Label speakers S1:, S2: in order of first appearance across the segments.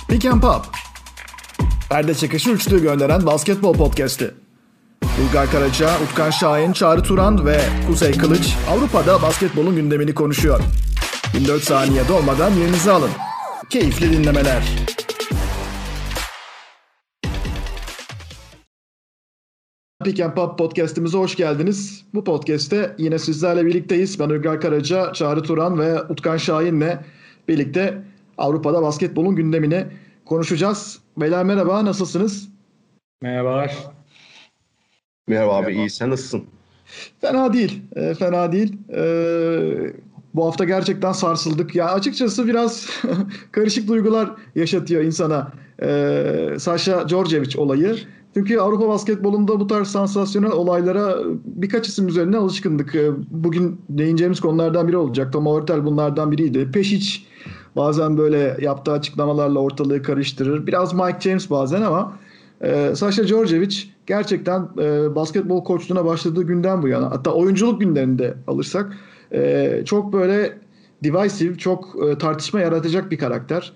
S1: Pick and Pop. Perde çıkışı üçlü gönderen basketbol podcast'i. Uygar Karaca, Utkan Şahin, Çağrı Turan ve Kuzey Kılıç Avrupa'da basketbolun gündemini konuşuyor. 24 saniye dolmadan yerinizi alın. Keyifli dinlemeler. Pick and Pop podcast'imize hoş geldiniz. Bu podcast'te yine sizlerle birlikteyiz. Ben Uygar Karaca, Çağrı Turan ve Utkan Şahin'le birlikte Avrupa'da basketbolun gündemini konuşacağız. Beyler merhaba, nasılsınız?
S2: Merhabalar.
S3: Merhaba abi, iyi. Sen nasılsın?
S1: Fena değil, fena değil. Bu hafta gerçekten sarsıldık. Ya açıkçası biraz karışık duygular yaşatıyor insana Saša Đorđević olayı. Çünkü Avrupa basketbolunda bu tarz sansasyonel olaylara birkaç isim üzerine alışkındık. Bugün değineceğimiz konulardan biri olacak. Tom Hurtel bunlardan biriydi. Pešić bazen böyle yaptığı açıklamalarla ortalığı karıştırır. Biraz Mike James bazen ama Saša Đorđević gerçekten basketbol koçluğuna başladığı günden bu yana, hatta oyunculuk günlerinde alırsak çok böyle divisive, çok tartışma yaratacak bir karakter.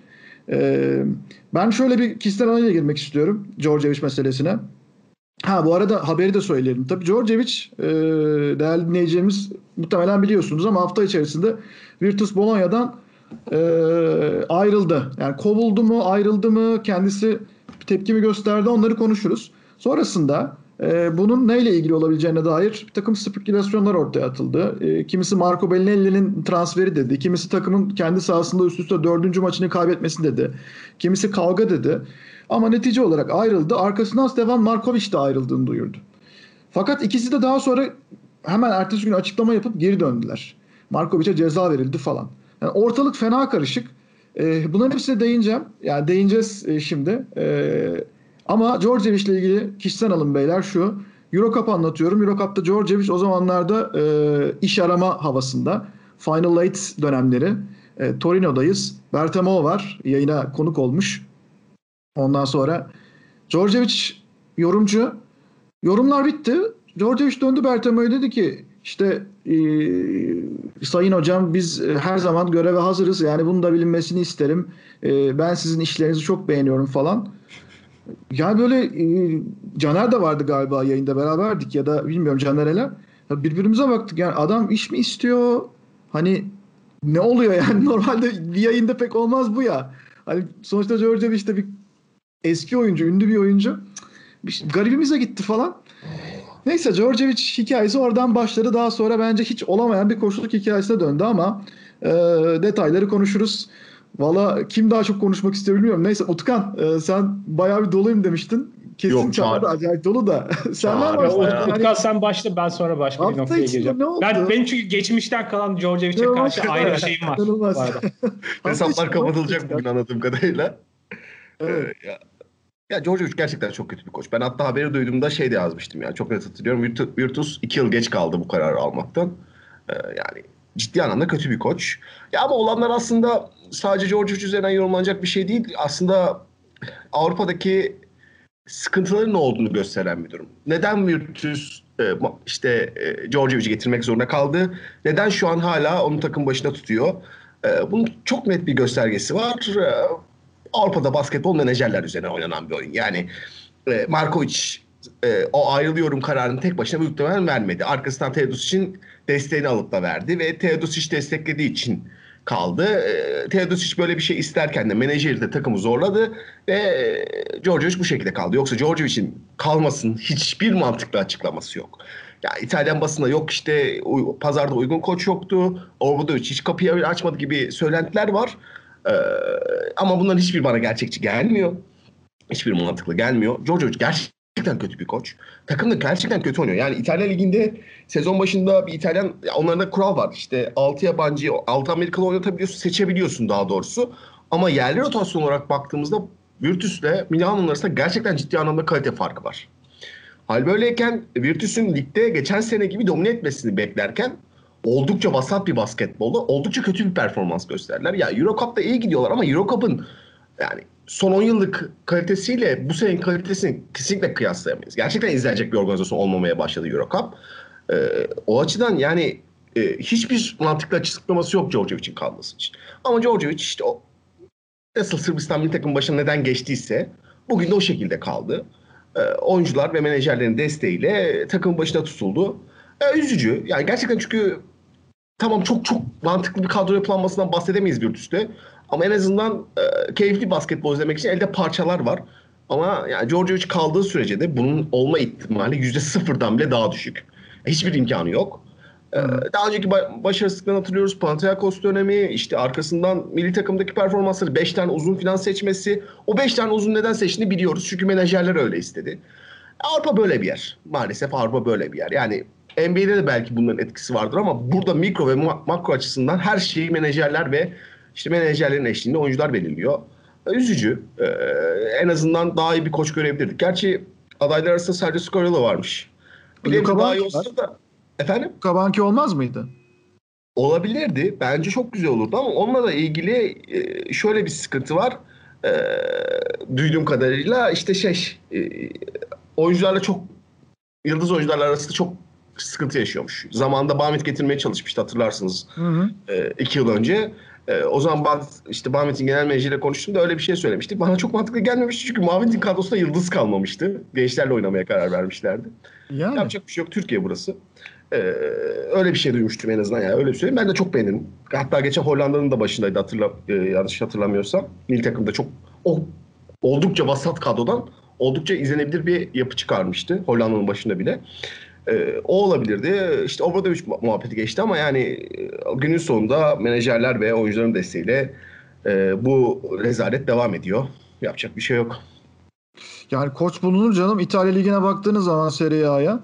S1: Ben şöyle bir kişisel analize girmek istiyorum Đorđević meselesine. Bu arada haberi de söyleyelim. Tabii Đorđević değerli dinleyicilerimiz muhtemelen biliyorsunuz ama hafta içerisinde Virtus Bologna'dan ayrıldı. Yani kovuldu mu, ayrıldı mı, kendisi tepki mi gösterdi, onları konuşuruz. Sonrasında bunun neyle ilgili olabileceğine dair bir takım spekülasyonlar ortaya atıldı. Kimisi Marco Bellinelli'nin transferi dedi. Kimisi takımın kendi sahasında üst üste 4. maçını kaybetmesi dedi. Kimisi kavga dedi. Ama netice olarak ayrıldı. Arkasından Stevan Marković de ayrıldığını duyurdu. Fakat ikisi de daha sonra hemen ertesi gün açıklama yapıp geri döndüler. Marković'e ceza verildi falan. Yani ortalık fena karışık. Bunların hepsine değineceğim. Yani değineceğiz şimdi. Ama Đorđević ile ilgili kişisel alım beyler şu. Eurocup anlatıyorum. Eurocup'ta Đorđević o zamanlarda iş arama havasında. Final Eight dönemleri. Torino'dayız. Bertomeu var. Yayına konuk olmuş. Ondan sonra Đorđević yorumcu. Yorumlar bitti. Đorđević döndü Bertomeu'ya dedi ki işte sayın hocam biz her zaman göreve hazırız. Yani bunu da bilinmesini isterim. Ben sizin işlerinizi çok beğeniyorum falan. Yani böyle Caner de vardı galiba yayında, beraberdik ya da bilmiyorum Caner. Birbirimize baktık, yani adam iş mi istiyor? Hani ne oluyor yani? Normalde bir yayında pek olmaz bu ya. Hani sonuçta Đorđević de bir eski oyuncu, ünlü bir oyuncu. Garibimize gitti falan. Neyse, Đorđević hikayesi oradan başladı. Daha sonra bence hiç olamayan bir koçluk hikayesine döndü ama detayları konuşuruz. Valla kim daha çok konuşmak istiyor bilmiyorum. Neyse Utkan, sen bayağı bir doluyum demiştin. Kesin Çağrı da acayip dolu da. Senden başla.
S2: Utkan sen başla, ben sonra başka bir noktaya gireceğim. Benim çünkü geçmişten kalan Đorđević'e karşı ayrı bir şeyim var.
S3: Hesaplar kapatılacak bugün anladığım kadarıyla.
S1: Evet.
S3: Ya Đorđević gerçekten çok kötü bir koç. Ben hatta haberi duyduğumda şey de yazmıştım yani. Çok net hatırlıyorum. Virtus 2 yıl geç kaldı bu kararı almaktan. Yani ciddi anlamda kötü bir koç. Ya ama olanlar aslında sadece Đorđević üzerinden yorumlanacak bir şey değil. Aslında Avrupa'daki sıkıntıların ne olduğunu gösteren bir durum. Neden Virtus Đorđević'i getirmek zorunda kaldı? Neden şu an hala onun takım başında tutuyor? Bunun çok net bir göstergesi var. Avrupa'da basketbol menajerler üzerine oynanan bir oyun. Yani Marković o ayrılıyorum kararını tek başına muhtemelen vermedi. Arkasından Teodosic'in desteğini alıp da verdi ve Teodosic desteklediği için kaldı. Teodosic böyle bir şey isterken de menajeri de takımı zorladı ve Đorđević bu şekilde kaldı. Yoksa Đorđević'in kalmasının hiçbir mantıklı açıklaması yok. Yani İtalyan basında yok işte pazarda uygun koç yoktu. Obradović hiç kapıyı açmadı gibi söylentiler var. Ama bunların hiçbir bana gerçekçi gelmiyor. Hiçbir mantıklı gelmiyor. Đorđević gerçekten kötü bir koç. Takım da gerçekten kötü oynuyor. Yani İtalyan Ligi'nde sezon başında bir İtalyan, onların da kural var. İşte 6 yabancı, 6 Amerikalı oynatabiliyorsun, seçebiliyorsun daha doğrusu. Ama yerli rotasyon olarak baktığımızda Virtus'le Milano'nun arasında gerçekten ciddi anlamda kalite farkı var. Hal böyleyken Virtus'un ligde geçen sene gibi domine etmesini beklerken oldukça vasat bir basketbolda oldukça kötü bir performans gösterdiler. Ya Eurocup'ta iyi gidiyorlar ama Eurocup'ın yani son 10 yıllık kalitesiyle bu senenin kalitesini kesinlikle kıyaslayamayız. Gerçekten izlenecek bir organizasyon olmamaya başladı Eurocup. O açıdan yani hiçbir mantıklı açıklaması yok Đorđević'in kalması için. Ama Đorđević işte nasıl Sırbistan milli takım başına neden geçtiyse bugün de o şekilde kaldı. Oyuncular ve menajerlerin desteğiyle takım başına tutuldu. Üzücü. Yani gerçekten çünkü tamam çok çok mantıklı bir kadro yapılanmasından bahsedemeyiz Virtus'te. Ama en azından keyifli basketbol izlemek için elde parçalar var. Ama yani Djordjevic kaldığı sürece de bunun olma ihtimali %0'dan bile daha düşük. Hiçbir imkanı yok. Daha önceki başarısızlıklarını hatırlıyoruz. Panathinaikos dönemi, işte arkasından milli takımdaki performansları, 5 tane uzun falan seçmesi. O 5 tane uzun neden seçtiğini biliyoruz. Çünkü menajerler öyle istedi. Avrupa böyle bir yer. Maalesef Avrupa böyle bir yer. Yani NBA'de de belki bunların etkisi vardır ama burada mikro ve makro açısından her şeyi menajerler ve işte menajerlerin eşliğinde oyuncular belirliyor. Üzücü. En azından daha iyi bir koç görebilirdik. Gerçi adaylar arasında sadece Scorella varmış. Bilemeyim daha iyi olsa da. Efendim?
S1: Kabanki olmaz mıydı?
S3: Olabilirdi. Bence çok güzel olurdu ama onunla da ilgili şöyle bir sıkıntı var. Duyduğum kadarıyla işte oyuncularla çok yıldız oyuncularla arasında çok sıkıntı yaşıyormuş. Zamanında Bamit getirmeye çalışmıştı hatırlarsınız. 2 yıl önce. O zaman Bamit'in genel menajeriyle konuştuğumda öyle bir şey söylemişti. Bana çok mantıklı gelmemişti çünkü Bamit'in kadrosunda yıldız kalmamıştı. Gençlerle oynamaya karar vermişlerdi. Yani. Yapacak bir şey yok. Türkiye burası. Öyle bir şey duymuştum en azından. Yani öyle bir söyleyeyim. Ben de çok beğendim. Hatta geçen Hollanda'nın da başındaydı yanlış hatırlamıyorsam. Milli takımda çok oldukça vasat kadrodan oldukça izlenebilir bir yapı çıkarmıştı. Hollanda'nın başında bile. O olabilirdi. İşte Obradovic muhabbeti geçti ama yani günün sonunda menajerler ve oyuncuların desteğiyle bu rezalet devam ediyor. Yapacak bir şey yok.
S1: Yani koç bulunur canım. İtalya Ligi'ne baktığınız zaman Serie A'ya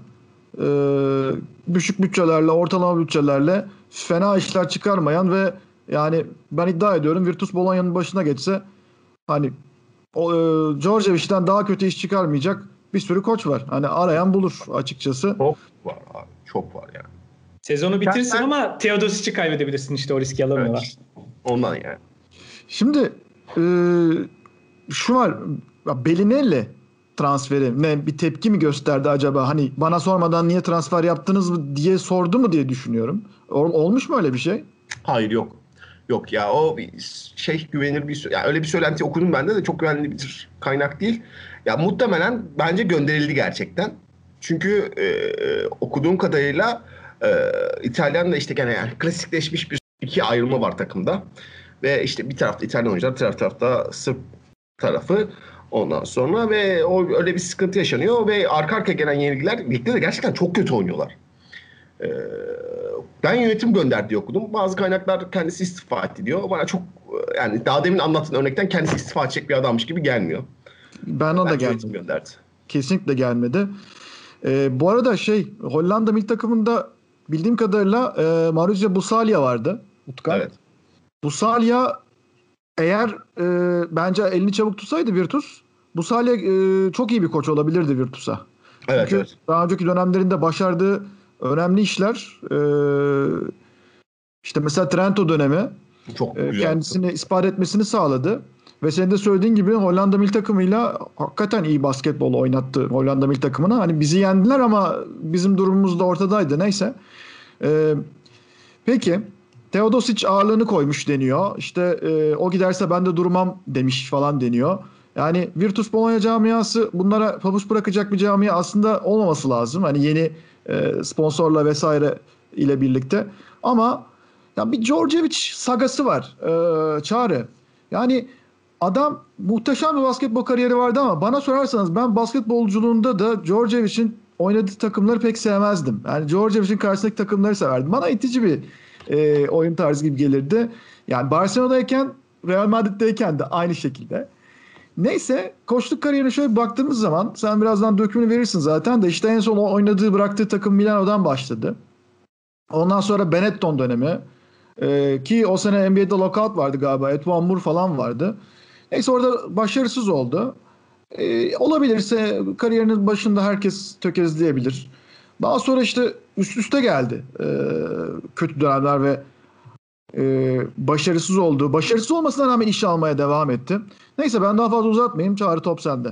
S1: düşük bütçelerle, ortalama bütçelerle fena işler çıkarmayan ve yani ben iddia ediyorum Virtus Bologna'nın başına geçse hani Djordjevic'den daha kötü iş çıkarmayacak bir sürü koç var. Hani arayan bulur açıkçası.
S3: Çok var abi. Çok var yani.
S2: Sezonu bitirsin ama Teodosic'i kaybedebilirsin işte o riski alamıyorlar.
S3: Evet. Ondan yani.
S1: Şimdi şu var. Bellinelli transferi ne bir tepki mi gösterdi acaba? Hani bana sormadan niye transfer yaptınız mı diye sordu mu diye düşünüyorum. Olmuş mu öyle bir şey?
S3: Hayır yok. Yok ya o güvenilir bir yani öyle bir söylenti okudum bende de çok güvenli bir kaynak değil. Ya muhtemelen bence gönderildi gerçekten. Çünkü okuduğum kadarıyla İtalyan'da işte gene yani klasikleşmiş bir iki ayrılma var takımda. Ve işte bir tarafta İtalyan oyuncular, diğer tarafta Sırp tarafı. Ondan sonra ve öyle bir sıkıntı yaşanıyor ve arka arkaya gelen yenilgiler ligde de gerçekten çok kötü oynuyorlar. Ben yönetim gönderdi diye okudum. Bazı kaynaklar kendisi istifa etti diyor. Bana çok yani daha demin anlattığın örnekten kendisi istifa edecek bir adammış gibi gelmiyor.
S1: Bana da gelmedi.
S3: Gönderdi.
S1: Kesinlikle gelmedi. Bu arada Hollanda milli takımında bildiğim kadarıyla Maruzia Bussalia vardı. Utkan.
S3: Evet.
S1: Bussalia eğer bence elini çabuk tutsaydı Virtus, Bussalia çok iyi bir koç olabilirdi Virtus'a.
S3: Evet,
S1: çünkü daha önceki dönemlerinde başardığı önemli işler işte mesela Trento dönemi
S3: çok
S1: kendisini ispat etmesini sağladı. Ve senin de söylediğin gibi Hollanda milli takımıyla hakikaten iyi basketbol oynattı Hollanda milli takımına. Hani bizi yendiler ama bizim durumumuz da ortadaydı. Neyse. Peki. Teodosic ağırlığını koymuş deniyor. İşte o giderse ben de durmam demiş falan deniyor. Yani Virtus Bologna camiası bunlara pabuç bırakacak bir camia aslında olmaması lazım. Hani yeni sponsorla vesaire ile birlikte. Ama ya bir Djordjevic sagası var. Çağrı. Yani adam muhteşem bir basketbol kariyeri vardı ama bana sorarsanız ben basketbolculuğunda da Djordjevic'in oynadığı takımları pek sevmezdim. Yani Djordjevic'in karşısındaki takımları severdim. Bana itici bir oyun tarzı gibi gelirdi. Yani Barcelona'dayken, Real Madrid'deyken de aynı şekilde. Neyse koçluk kariyerine şöyle baktığımız zaman sen birazdan dökümünü verirsin zaten de işte en son oynadığı bıraktığı takım Milano'dan başladı. Ondan sonra Benetton dönemi ki o sene NBA'de lockout vardı galiba. Etwan Moore falan vardı. Neyse orada başarısız oldu. Olabilirse kariyerinin başında herkes tökezleyebilir. Daha sonra işte üst üste geldi kötü dönemler ve başarısız oldu. Başarısız olmasına rağmen iş almaya devam etti. Neyse ben daha fazla uzatmayayım. Çağrı top sende.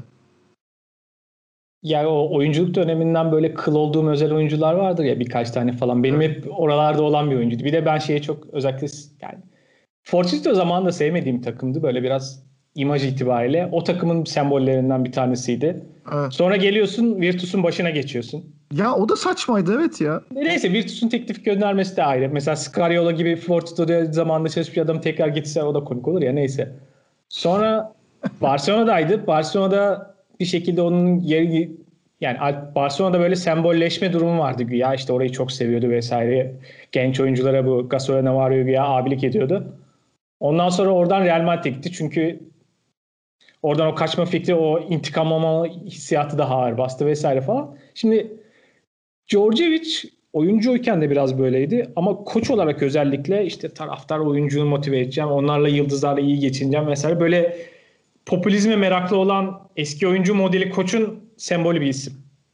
S2: Yani o oyunculuk döneminden böyle kıl olduğum özel oyuncular vardır ya birkaç tane falan. Benim hep oralarda olan bir oyuncuydu. Bir de ben çok özellikle yani Fortitude o zaman da sevmediğim takımdı. Böyle biraz imaj itibariyle. O takımın sembollerinden bir tanesiydi. Evet. Sonra geliyorsun Virtus'un başına geçiyorsun.
S1: Ya o da saçmaydı evet ya.
S2: Neyse Virtus'un teklif göndermesi de ayrı. Mesela Scariola gibi Fortitude'da zamanında çalışmış bir adam tekrar gitse o da komik olur ya neyse. Sonra Barcelona'daydı. Barcelona'da bir şekilde onun yeri yani Barcelona'da böyle sembolleşme durumu vardı güya. İşte orayı çok seviyordu vesaire. Genç oyunculara bu Gasol Navarro'yu güya abilik ediyordu. Ondan sonra oradan Real Madrid'e gitti. Çünkü oradan o kaçma fikri, o intikam alma hissiyatı daha ağır bastı vesaire falan. Şimdi Djordjevic oyuncuyken de biraz böyleydi ama koç olarak özellikle işte taraftar oyuncuyu motive edeceğim, onlarla yıldızlarla iyi geçineceğim vesaire böyle popülizme meraklı olan eski oyuncu modeli koçun sembolü bir isim.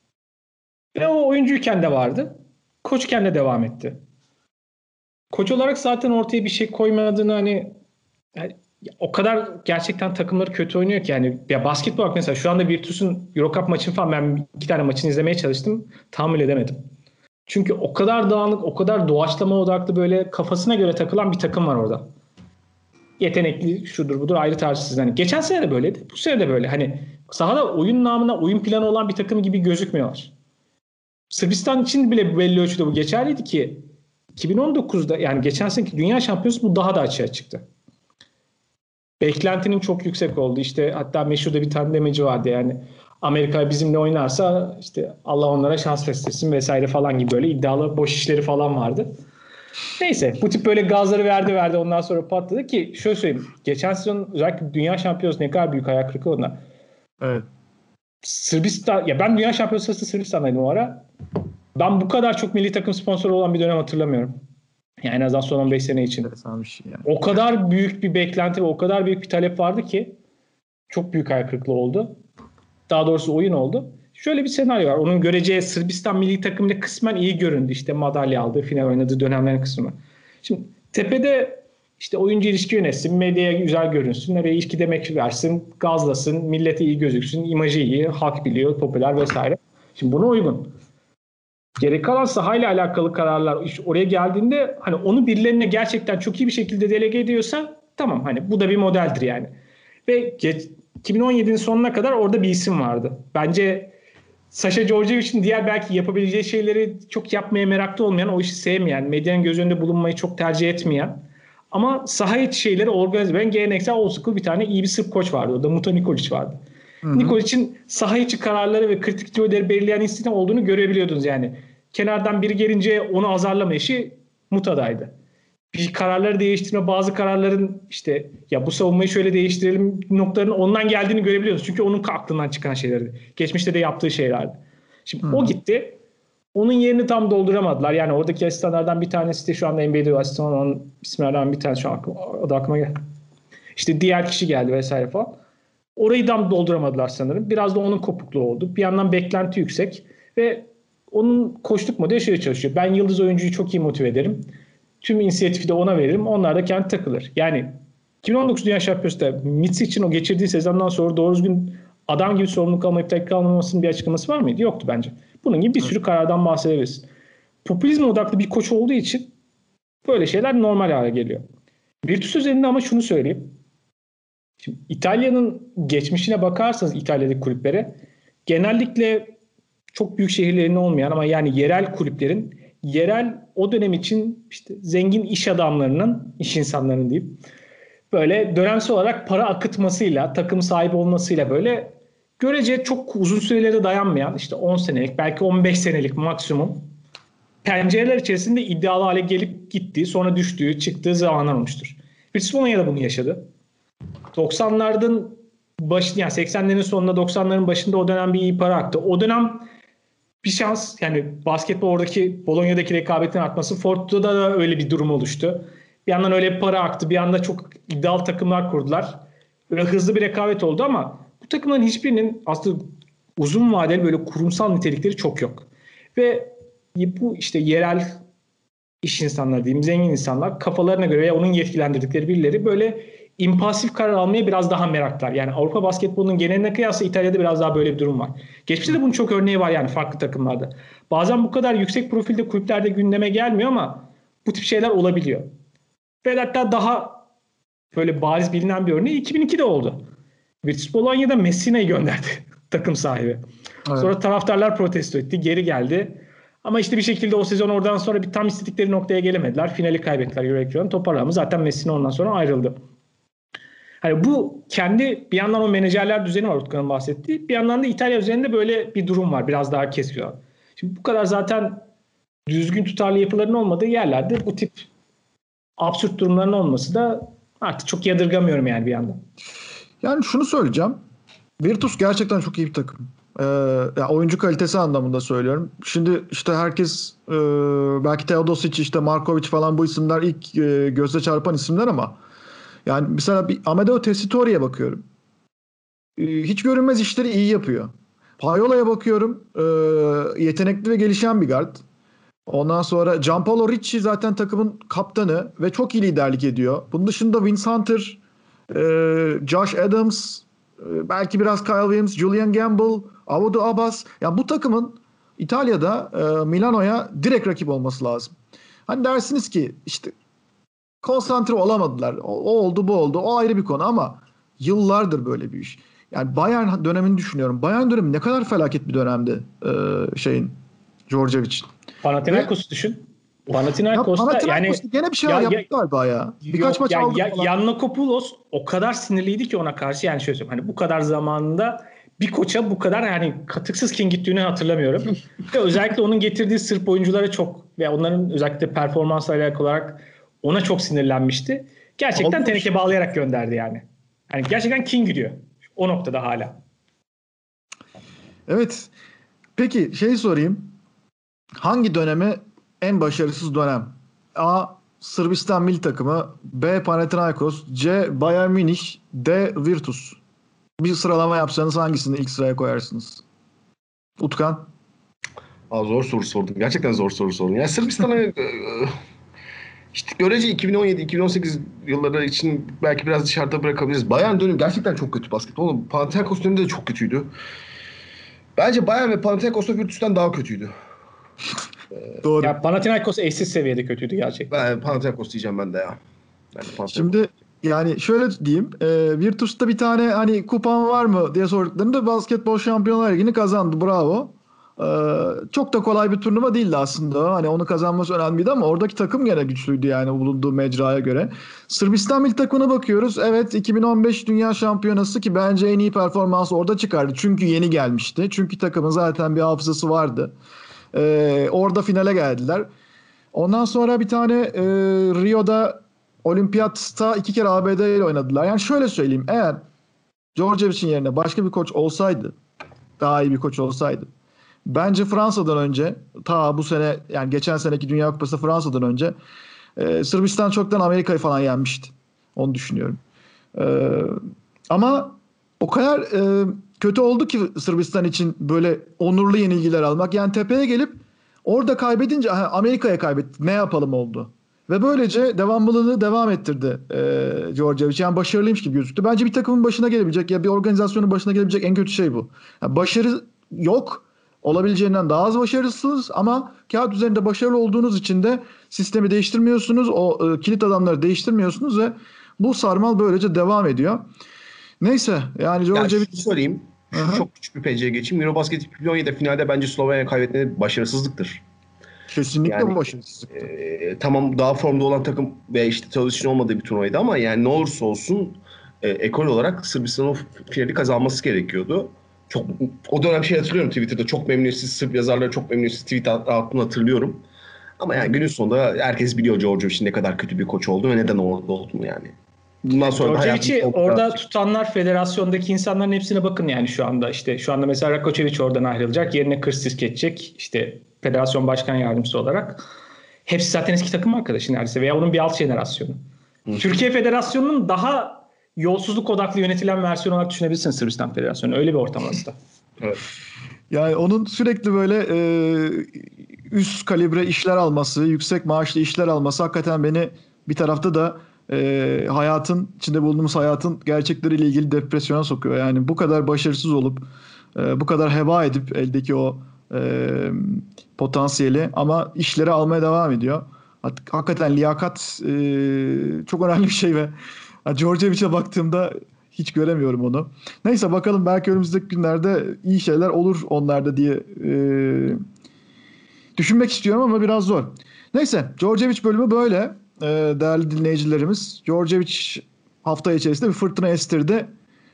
S2: Ve o oyuncuyken de vardı. Koçken de devam etti. Koç olarak zaten ortaya bir şey koymadığını hani yani o kadar gerçekten takımları kötü oynuyor ki yani ya basketbol olarak mesela şu anda Virtus'un Eurocup maçını falan ben 2 tane maçını izlemeye çalıştım. Tahammül edemedim. Çünkü o kadar dağınık, o kadar doğaçlama odaklı böyle kafasına göre takılan bir takım var orada. Yetenekli şudur budur ayrı tartışsız. Yani geçen sene de böyleydi. Bu sene de böyle. Hani sahada oyun namına oyun planı olan bir takım gibi gözükmüyorlar. Sırbistan için bile belli ölçüde bu geçerliydi ki 2019'da yani geçen seneki Dünya Şampiyonası bu daha da açığa çıktı. Beklentinin çok yüksek oldu. İşte hatta meşhur da bir tane demeci vardı yani. Amerika bizimle oynarsa işte Allah onlara şans versin vesaire falan gibi böyle iddialı boş işleri falan vardı. Neyse bu tip böyle gazları verdi ondan sonra patladı ki şöyle söyleyeyim. Geçen sezon özellikle Dünya Şampiyonası ne kadar büyük ayak kırıklığı onlar.
S1: Evet.
S2: Sırbistan ya ben Dünya Şampiyonası Sırbistan'daydım o ara. Ben bu kadar çok milli takım sponsoru olan bir dönem hatırlamıyorum. Yani en azından son 15 sene için.
S1: Şey yani.
S2: O kadar büyük bir beklenti ve o kadar büyük bir talep vardı ki çok büyük ayak kırıklığı oldu. Daha doğrusu oyun oldu. Şöyle bir senaryo var. Onun göreceği Sırbistan milli takımında kısmen iyi göründü. İşte madalya aldı, final oynadığı dönemlerin kısmı. Şimdi tepede işte oyuncu ilişki yönetsin, medyaya güzel görünsün, nereye ilişki demek versin, gazlasın, millete iyi gözüksün, imajı iyi, halk biliyor, popüler vesaire. Şimdi buna uygun. Geri kalan sahayla alakalı kararlar işte oraya geldiğinde hani onu birilerine gerçekten çok iyi bir şekilde delege ediyorsa tamam hani bu da bir modeldir yani. Ve 2017'nin sonuna kadar orada bir isim vardı. Bence Sasha Djordjevic'in diğer belki yapabileceği şeyleri çok yapmaya meraklı olmayan, o işi sevmeyen, medyanın göz önünde bulunmayı çok tercih etmeyen ama saha içi şeyleri organize eden geleneksel old school bir tane iyi bir Sırp koç vardı. O da Muta Nikolic vardı. Nikolic'in saha içi kararları ve kritik teorileri belirleyen inisiyatif olduğunu görebiliyordunuz yani. Kenardan biri gelince onu azarlama işi Muta'daydı. Bir kararları değiştirme, bazı kararların işte ya bu savunmayı şöyle değiştirelim noktalarının ondan geldiğini görebiliyoruz. Çünkü onun aklından çıkan şeylerdi. Geçmişte de yaptığı şeylerdi. Şimdi o gitti. Onun yerini tam dolduramadılar. Yani oradaki asistanlardan bir tanesi de şu anda NBA'de asistan olan isimlerden bir tanesi şu an aklıma geldi. İşte diğer kişi geldi vesaire falan. Orayı tam dolduramadılar sanırım. Biraz da onun kopukluğu oldu. Bir yandan beklenti yüksek ve onun koçluk modeli şöyle çalışıyor. Ben yıldız oyuncuyu çok iyi motive ederim. Tüm inisiyatifi de ona veririm. Onlar da kendi takılır. Yani 2019 Dünya Şampiyonası'nda Mitsi için o geçirdiği sezondan sonra doğru düzgün adam gibi sorumluluk almayıp tekrar almamasının bir açıklaması var mıydı? Yoktu bence. Bunun gibi bir sürü karardan bahsedebiliriz. Popülizm odaklı bir koç olduğu için böyle şeyler normal hale geliyor. Virtus üzerinde ama şunu söyleyeyim. Şimdi İtalya'nın geçmişine bakarsanız İtalya'daki kulüplere genellikle çok büyük şehirlerinde olmayan ama yani yerel kulüplerin yerel o dönem için işte zengin iş adamlarının, iş insanlarının diyeyim böyle dönemsel olarak para akıtmasıyla, takım sahibi olmasıyla böyle görece çok uzun sürelere dayanmayan işte 10 senelik belki 15 senelik maksimum pencereler içerisinde iddialı hale gelip gittiği sonra düştüğü çıktığı zamanlar olmuştur. Barcelona da bunu yaşadı. 90'ların başı yani 80'lerin sonunda 90'ların başında o dönem bir iyi para aktı. O dönem bir şans yani basketbol oradaki Bologna'daki rekabetin artması Fort'ta da öyle bir durum oluştu. Bir yandan öyle bir para aktı. Bir anda çok iddialı takımlar kurdular. Böyle hızlı bir rekabet oldu ama bu takımların hiçbirinin aslında uzun vadeli böyle kurumsal nitelikleri çok yok. Ve bu işte yerel iş insanları diyeyim, zengin insanlar kafalarına göre ya onun yetkilendirdikleri birileri böyle impulsif karar almaya biraz daha meraklar. Yani Avrupa basketbolunun geneline kıyasla İtalya'da biraz daha böyle bir durum var. Geçmişte de bunun çok örneği var yani farklı takımlarda. Bazen bu kadar yüksek profilde kulüplerde gündeme gelmiyor ama bu tip şeyler olabiliyor. Ve hatta daha böyle bariz bilinen bir örneği 2002'de oldu. Virtus Bologna'da Messina'yı gönderdi takım sahibi.
S1: Evet.
S2: Sonra taraftarlar protesto etti. Geri geldi. Ama işte bir şekilde o sezon oradan sonra bir tam istedikleri noktaya gelemediler. Finali kaybettiler Euroleague'den. Toparlanma. Zaten Messina ondan sonra ayrıldı. Hani bu kendi bir yandan o menajerler düzeni var Utkan'ın bahsettiği. Bir yandan da İtalya üzerinde böyle bir durum var. Biraz daha kesiyor. Şimdi bu kadar zaten düzgün tutarlı yapıların olmadığı yerlerde bu tip absürt durumların olması da artık çok yadırgamıyorum yani bir yandan.
S1: Yani şunu söyleyeceğim. Virtus gerçekten çok iyi bir takım. Yani oyuncu kalitesi anlamında söylüyorum. Şimdi işte herkes belki Teodosic, işte Markovic falan bu isimler ilk gözle çarpan isimler ama yani mesela bir Amedeo Tessitori'ye bakıyorum. Hiç görünmez işleri iyi yapıyor. Paiola'ya bakıyorum. Yetenekli ve gelişen bir guard. Ondan sonra Gianpaolo Ricci zaten takımın kaptanı ve çok iyi liderlik ediyor. Bunun dışında Vince Hunter, Josh Adams, belki biraz Kyle Williams, Julian Gamble, Amadou Abbas. Yani bu takımın İtalya'da Milano'ya direkt rakip olması lazım. Hani dersiniz ki işte konsantre olamadılar. O oldu, bu oldu. O ayrı bir konu ama yıllardır böyle bir iş. Yani Bayern dönemini düşünüyorum. Bayern dönemi ne kadar felaket bir dönemdi Djordjevic'in.
S2: Panathinaikos'u düşün. Panathinaikos'ta yani
S1: gene bir şeyler yaptı galiba ya. Birkaç maç aldı falan.
S2: Yannakopoulos o kadar sinirliydi ki ona karşı, yani şöyle söyleyeyim. Hani bu kadar zamanında bir koça bu kadar yani katıksız kin gittiğini hatırlamıyorum. Ve özellikle onun getirdiği Sırp oyunculara çok ve onların özellikle performansla alakalı olarak ona çok sinirlenmişti. Gerçekten teneke bağlayarak gönderdi yani. Yani gerçekten kin gidiyor. O noktada hala.
S1: Evet. Peki sorayım. Hangi dönemi en başarısız dönem? A. Sırbistan milli takımı, B. Panathinaikos, C. Bayern Münih, D. Virtus. Bir sıralama yapsanız hangisini ilk sıraya koyarsınız? Utkan?
S3: Zor soru sordun. Gerçekten zor soru sordun. Yani Sırbistan'a işte görece 2017-2018 yılları için belki biraz dışarıda bırakabiliriz. Bayern dönemi gerçekten çok kötü basketbol. Panathinaikos dönemi de çok kötüydü. Bence Bayern ve Panathinaikos da Virtus'tan daha kötüydü.
S1: Doğru.
S2: Ya Panathinaikos eşsiz seviyede kötüydü gerçekten.
S3: Ben Panathinaikos diyeceğim ben de ya.
S1: Şimdi yani şöyle diyeyim. Virtus'ta bir tane hani kupan var mı diye sorduklarında basketbol şampiyonlar ligini kazandı. Bravo. Çok da kolay bir turnuva değildi aslında. Hani onu kazanması önemliydi ama oradaki takım gene güçlüydü yani bulunduğu mecraya göre. Sırbistan milli takımına bakıyoruz. Evet, 2015 Dünya Şampiyonası ki bence en iyi performansı orada çıkardı. Çünkü yeni gelmişti. Çünkü takımın zaten bir hafızası vardı. Orada finale geldiler. Ondan sonra bir tane Rio'da Olimpiyatta 2 kere ABD ile oynadılar. Yani şöyle söyleyeyim. Eğer Djordjevic'in yerine başka bir koç olsaydı, daha iyi bir koç olsaydı, bence Fransa'dan önce, ta bu sene yani geçen seneki Dünya Kupası Fransa'dan önce Sırbistan çoktan Amerika'yı falan yenmişti. Onu düşünüyorum. Ama o kadar kötü oldu ki Sırbistan için böyle onurlu yenilgiler almak. Yani tepeye gelip orada kaybedince Amerika'ya kaybetti. Ne yapalım oldu. Ve böylece devamlılığını devam ettirdi Djordjevic. Yani başarılıymış gibi gözüktü. Bence bir takımın başına gelebilecek ya bir organizasyonun başına gelebilecek en kötü şey bu. Yani başarı yok. Olabileceğinden daha az başarısınız ama kağıt üzerinde başarılı olduğunuz için de sistemi değiştirmiyorsunuz. O kilit adamları değiştirmiyorsunuz ve bu sarmal böylece devam ediyor. Neyse yani Djordjevic...
S3: söyleyeyim. Çok küçük bir pencere geçeyim. Eurobasket 2017'de finalde bence Slovenya kaybetmeleri başarısızlıktır.
S1: Kesinlikle yani, başarısızlık.
S3: Tamam daha formda olan takım ve işte Teodosic'in olmadığı bir turnuvaydı ama yani ne olursa olsun ekol olarak Sırbistan'ın finali kazanması gerekiyordu. Çok o dönem hatırlıyorum Twitter'da çok memnuniyetsiz Sırp yazarları çok memnuniyetsiz tweet attığını hatırlıyorum. Ama yani günün sonunda herkes biliyor Djordjevic'in ne kadar kötü bir koç olduğunu ve neden orada olduğunu yani. Bundan sonra
S2: Djordjevic'i orada tutanlar federasyondaki insanların hepsine bakın yani şu anda. İşte şu anda mesela Rakočević oradan ayrılacak. Yerine Krstic geçecek. İşte federasyon başkan yardımcısı olarak. Hepsi zaten eski takım arkadaşı neredeyse veya onun bir alt jenerasyonu. Türkiye Federasyonu'nun daha yolsuzluk odaklı yönetilen versiyon olarak düşünebilirsiniz Sırbistan Federasyonu. Öyle bir ortam aslında.
S3: Evet.
S1: Yani onun sürekli böyle üst kalibre işler alması, yüksek maaşlı işler alması hakikaten beni bir tarafta da hayatın, içinde bulunduğumuz hayatın gerçekleriyle ilgili depresyona sokuyor. Yani bu kadar başarısız olup bu kadar heba edip eldeki o potansiyeli ama işleri almaya devam ediyor. Hakikaten liyakat çok önemli bir şey ve Djordjevic'e baktığımda Hiç göremiyorum onu. Neyse bakalım, belki önümüzdeki günlerde iyi şeyler olur onlarda diye düşünmek istiyorum ama biraz zor. Neyse, Djordjevic bölümü böyle. Değerli dinleyicilerimiz. Djordjevic hafta içerisinde bir fırtına estirdi.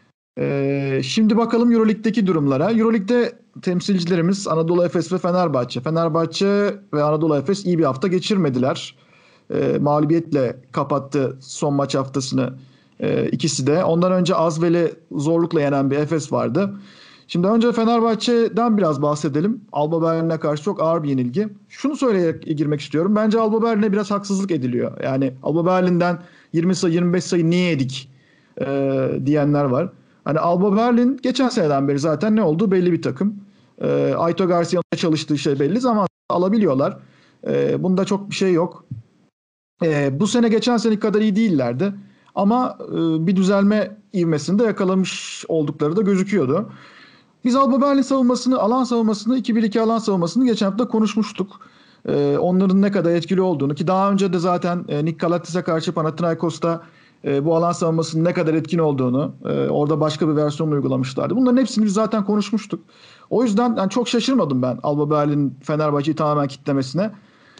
S1: Şimdi bakalım Euroleague'deki durumlara. Euroleague'de temsilcilerimiz Anadolu Efes ve Fenerbahçe. Fenerbahçe ve Anadolu Efes iyi bir hafta geçirmediler. Mağlubiyetle kapattı son maç haftasını ikisi de. Ondan önce Azvel'i zorlukla yenen bir Efes vardı. Şimdi önce Fenerbahçe'den biraz bahsedelim. Alba Berlin'e karşı çok ağır bir yenilgi. Şunu söyleyerek girmek istiyorum. Bence Alba Berlin'e biraz haksızlık ediliyor. Yani Alba Berlin'den 20 sayı 25 sayı niye yedik diyenler var. Hani Alba Berlin geçen seneden beri zaten ne olduğu belli bir takım. Aito Garcia'nın çalıştığı şey belli, zaman alabiliyorlar. Bunda çok bir şey yok. Bu sene geçen seneki kadar iyi değillerdi. Ama bir düzelme ivmesini de yakalamış oldukları da gözüküyordu. Biz Alba Berlin savunmasını, alan savunmasını, 2-1-2 alan savunmasını geçen hafta konuşmuştuk. Onların ne kadar etkili olduğunu, ki daha önce de zaten Nick Kalatis'e karşı Panathinaikos'ta bu alan savunmasının ne kadar etkin olduğunu, orada başka bir versiyon uygulamışlardı. Bunların hepsini biz zaten konuşmuştuk. O yüzden yani çok şaşırmadım ben Alba Berlin Fenerbahçe'yi tamamen kitlemesine.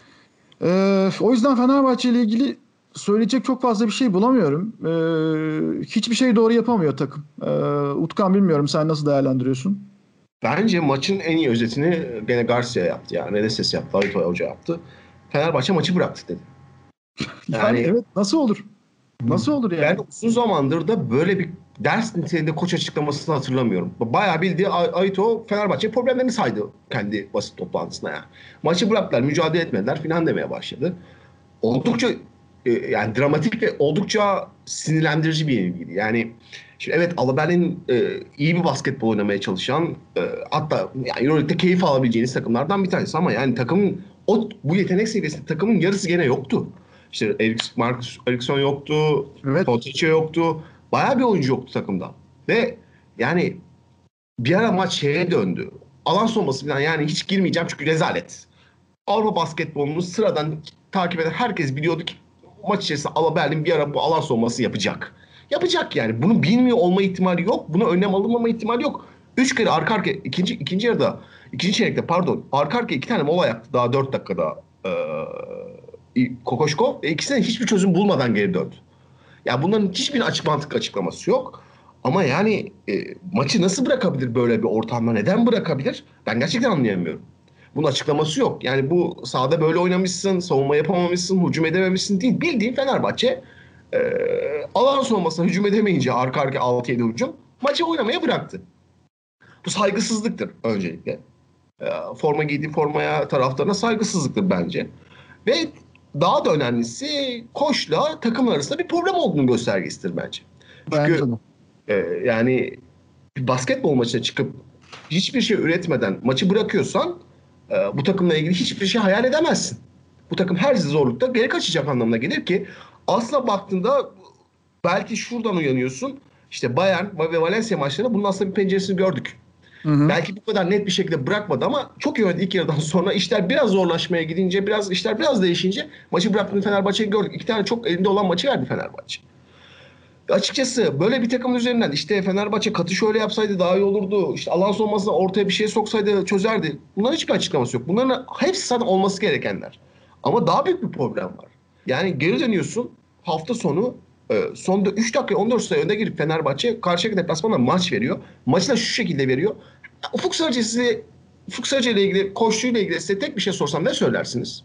S1: O yüzden Fenerbahçe ile ilgili söyleyecek çok fazla bir şey bulamıyorum. Hiçbir şey doğru yapamıyor takım. Utkan, bilmiyorum, sen nasıl değerlendiriyorsun?
S3: Bence maçın en iyi özetini gene Garcia yaptı. Yani Meneses yaptı, Aito Hoca yaptı. Fenerbahçe maçı bıraktı dedi.
S1: Yani evet, nasıl olur? Nasıl olur yani?
S3: Ben uzun zamandır da böyle bir ders niteliğinde koç açıklamasını hatırlamıyorum. Bayağı bildiği Aito Fenerbahçe problemlerini saydı kendi basın toplantısına yani. Maçı bıraktılar, mücadele etmediler filan demeye başladı. Oldukça yani dramatik ve oldukça sinirlendirici bir yenilgiydi. Yani şimdi evet, Alba Berlin iyi bir basketbol oynamaya çalışan, hatta yani Euroleague'de keyif alabileceğiniz takımlardan bir tanesi, ama yani takımın bu yetenek seviyesinde takımın yarısı gene yoktu. İşte Marcus Eriksson yoktu,
S1: Evet.
S3: Potice yoktu. Bayağı bir oyuncu yoktu takımda. Ve yani bir ara maç şeye döndü. Alan sonması falan, yani hiç girmeyeceğim çünkü rezalet. Avrupa basketbolunu sıradan takip eden herkes biliyordu ki maç içerisinde Alba Berlin bir ara bu alan sonması yapacak. Yapacak yani. Bunu bilmiyor olma ihtimali yok. Buna önlem alınmama ihtimali yok. 3 kere arka arkaya ikinci yarıda, ikinci çeyrekte pardon, arka arkaya 2 tane mola yaptı daha 4 dakikada Kokoşkov, ve ikisine hiçbir çözüm bulmadan geri döndü. Ya bunların hiçbir açık mantıklı açıklaması yok. Ama yani maçı nasıl bırakabilir böyle bir ortamda? Neden bırakabilir? Ben gerçekten anlayamıyorum. Bunun açıklaması yok. Yani bu sahada böyle oynamışsın, savunma yapamamışsın, hücum edememişsin değil. Bildiğin Fenerbahçe alan savunmasına hücum edemeyince arka arka 6-7 hücum maçı oynamaya bıraktı. Bu saygısızlıktır öncelikle. Forma giydiği formaya, taraftarına saygısızlıktır bence. Ve daha da önemlisi koçla takım arasında bir problem olduğunu göstergesidir bence. Çünkü yani bir basketbol maçına çıkıp hiçbir şey üretmeden maçı bırakıyorsan bu takımla ilgili hiçbir şey hayal edemezsin. Bu takım her zorlukta geri kaçacak anlamına gelir ki aslına baktığında belki şuradan uyanıyorsun. İşte Bayern ve Valencia maçlarında bunun aslında bir penceresini gördük. Hı. Belki bu kadar net bir şekilde bırakmadı ama çok iyi oynadı ilk yarıdan sonra. İşler biraz zorlaşmaya gidince, işler biraz değişince maçı bıraktığını Fenerbahçe'yi gördük. 2 tane çok elinde olan maçı verdi Fenerbahçe. Açıkçası böyle bir takımın üzerinden işte Fenerbahçe katı şöyle yapsaydı daha iyi olurdu. İşte alan sonmasına ortaya bir şey soksaydı çözerdi. Bunların hiçbir açıklaması yok. Bunların hepsi zaten olması gerekenler. Ama daha büyük bir problem var. Yani geri dönüyorsun hafta sonu sonda 3 dakika 14 sayı önde girip Fenerbahçe Karşıyaka deplasmanına maç veriyor. Maçı da şu şekilde veriyor. Ufuk Sarıcı ile ilgili, koçluğuyla ilgili size tek bir şey sorsam ne söylersiniz?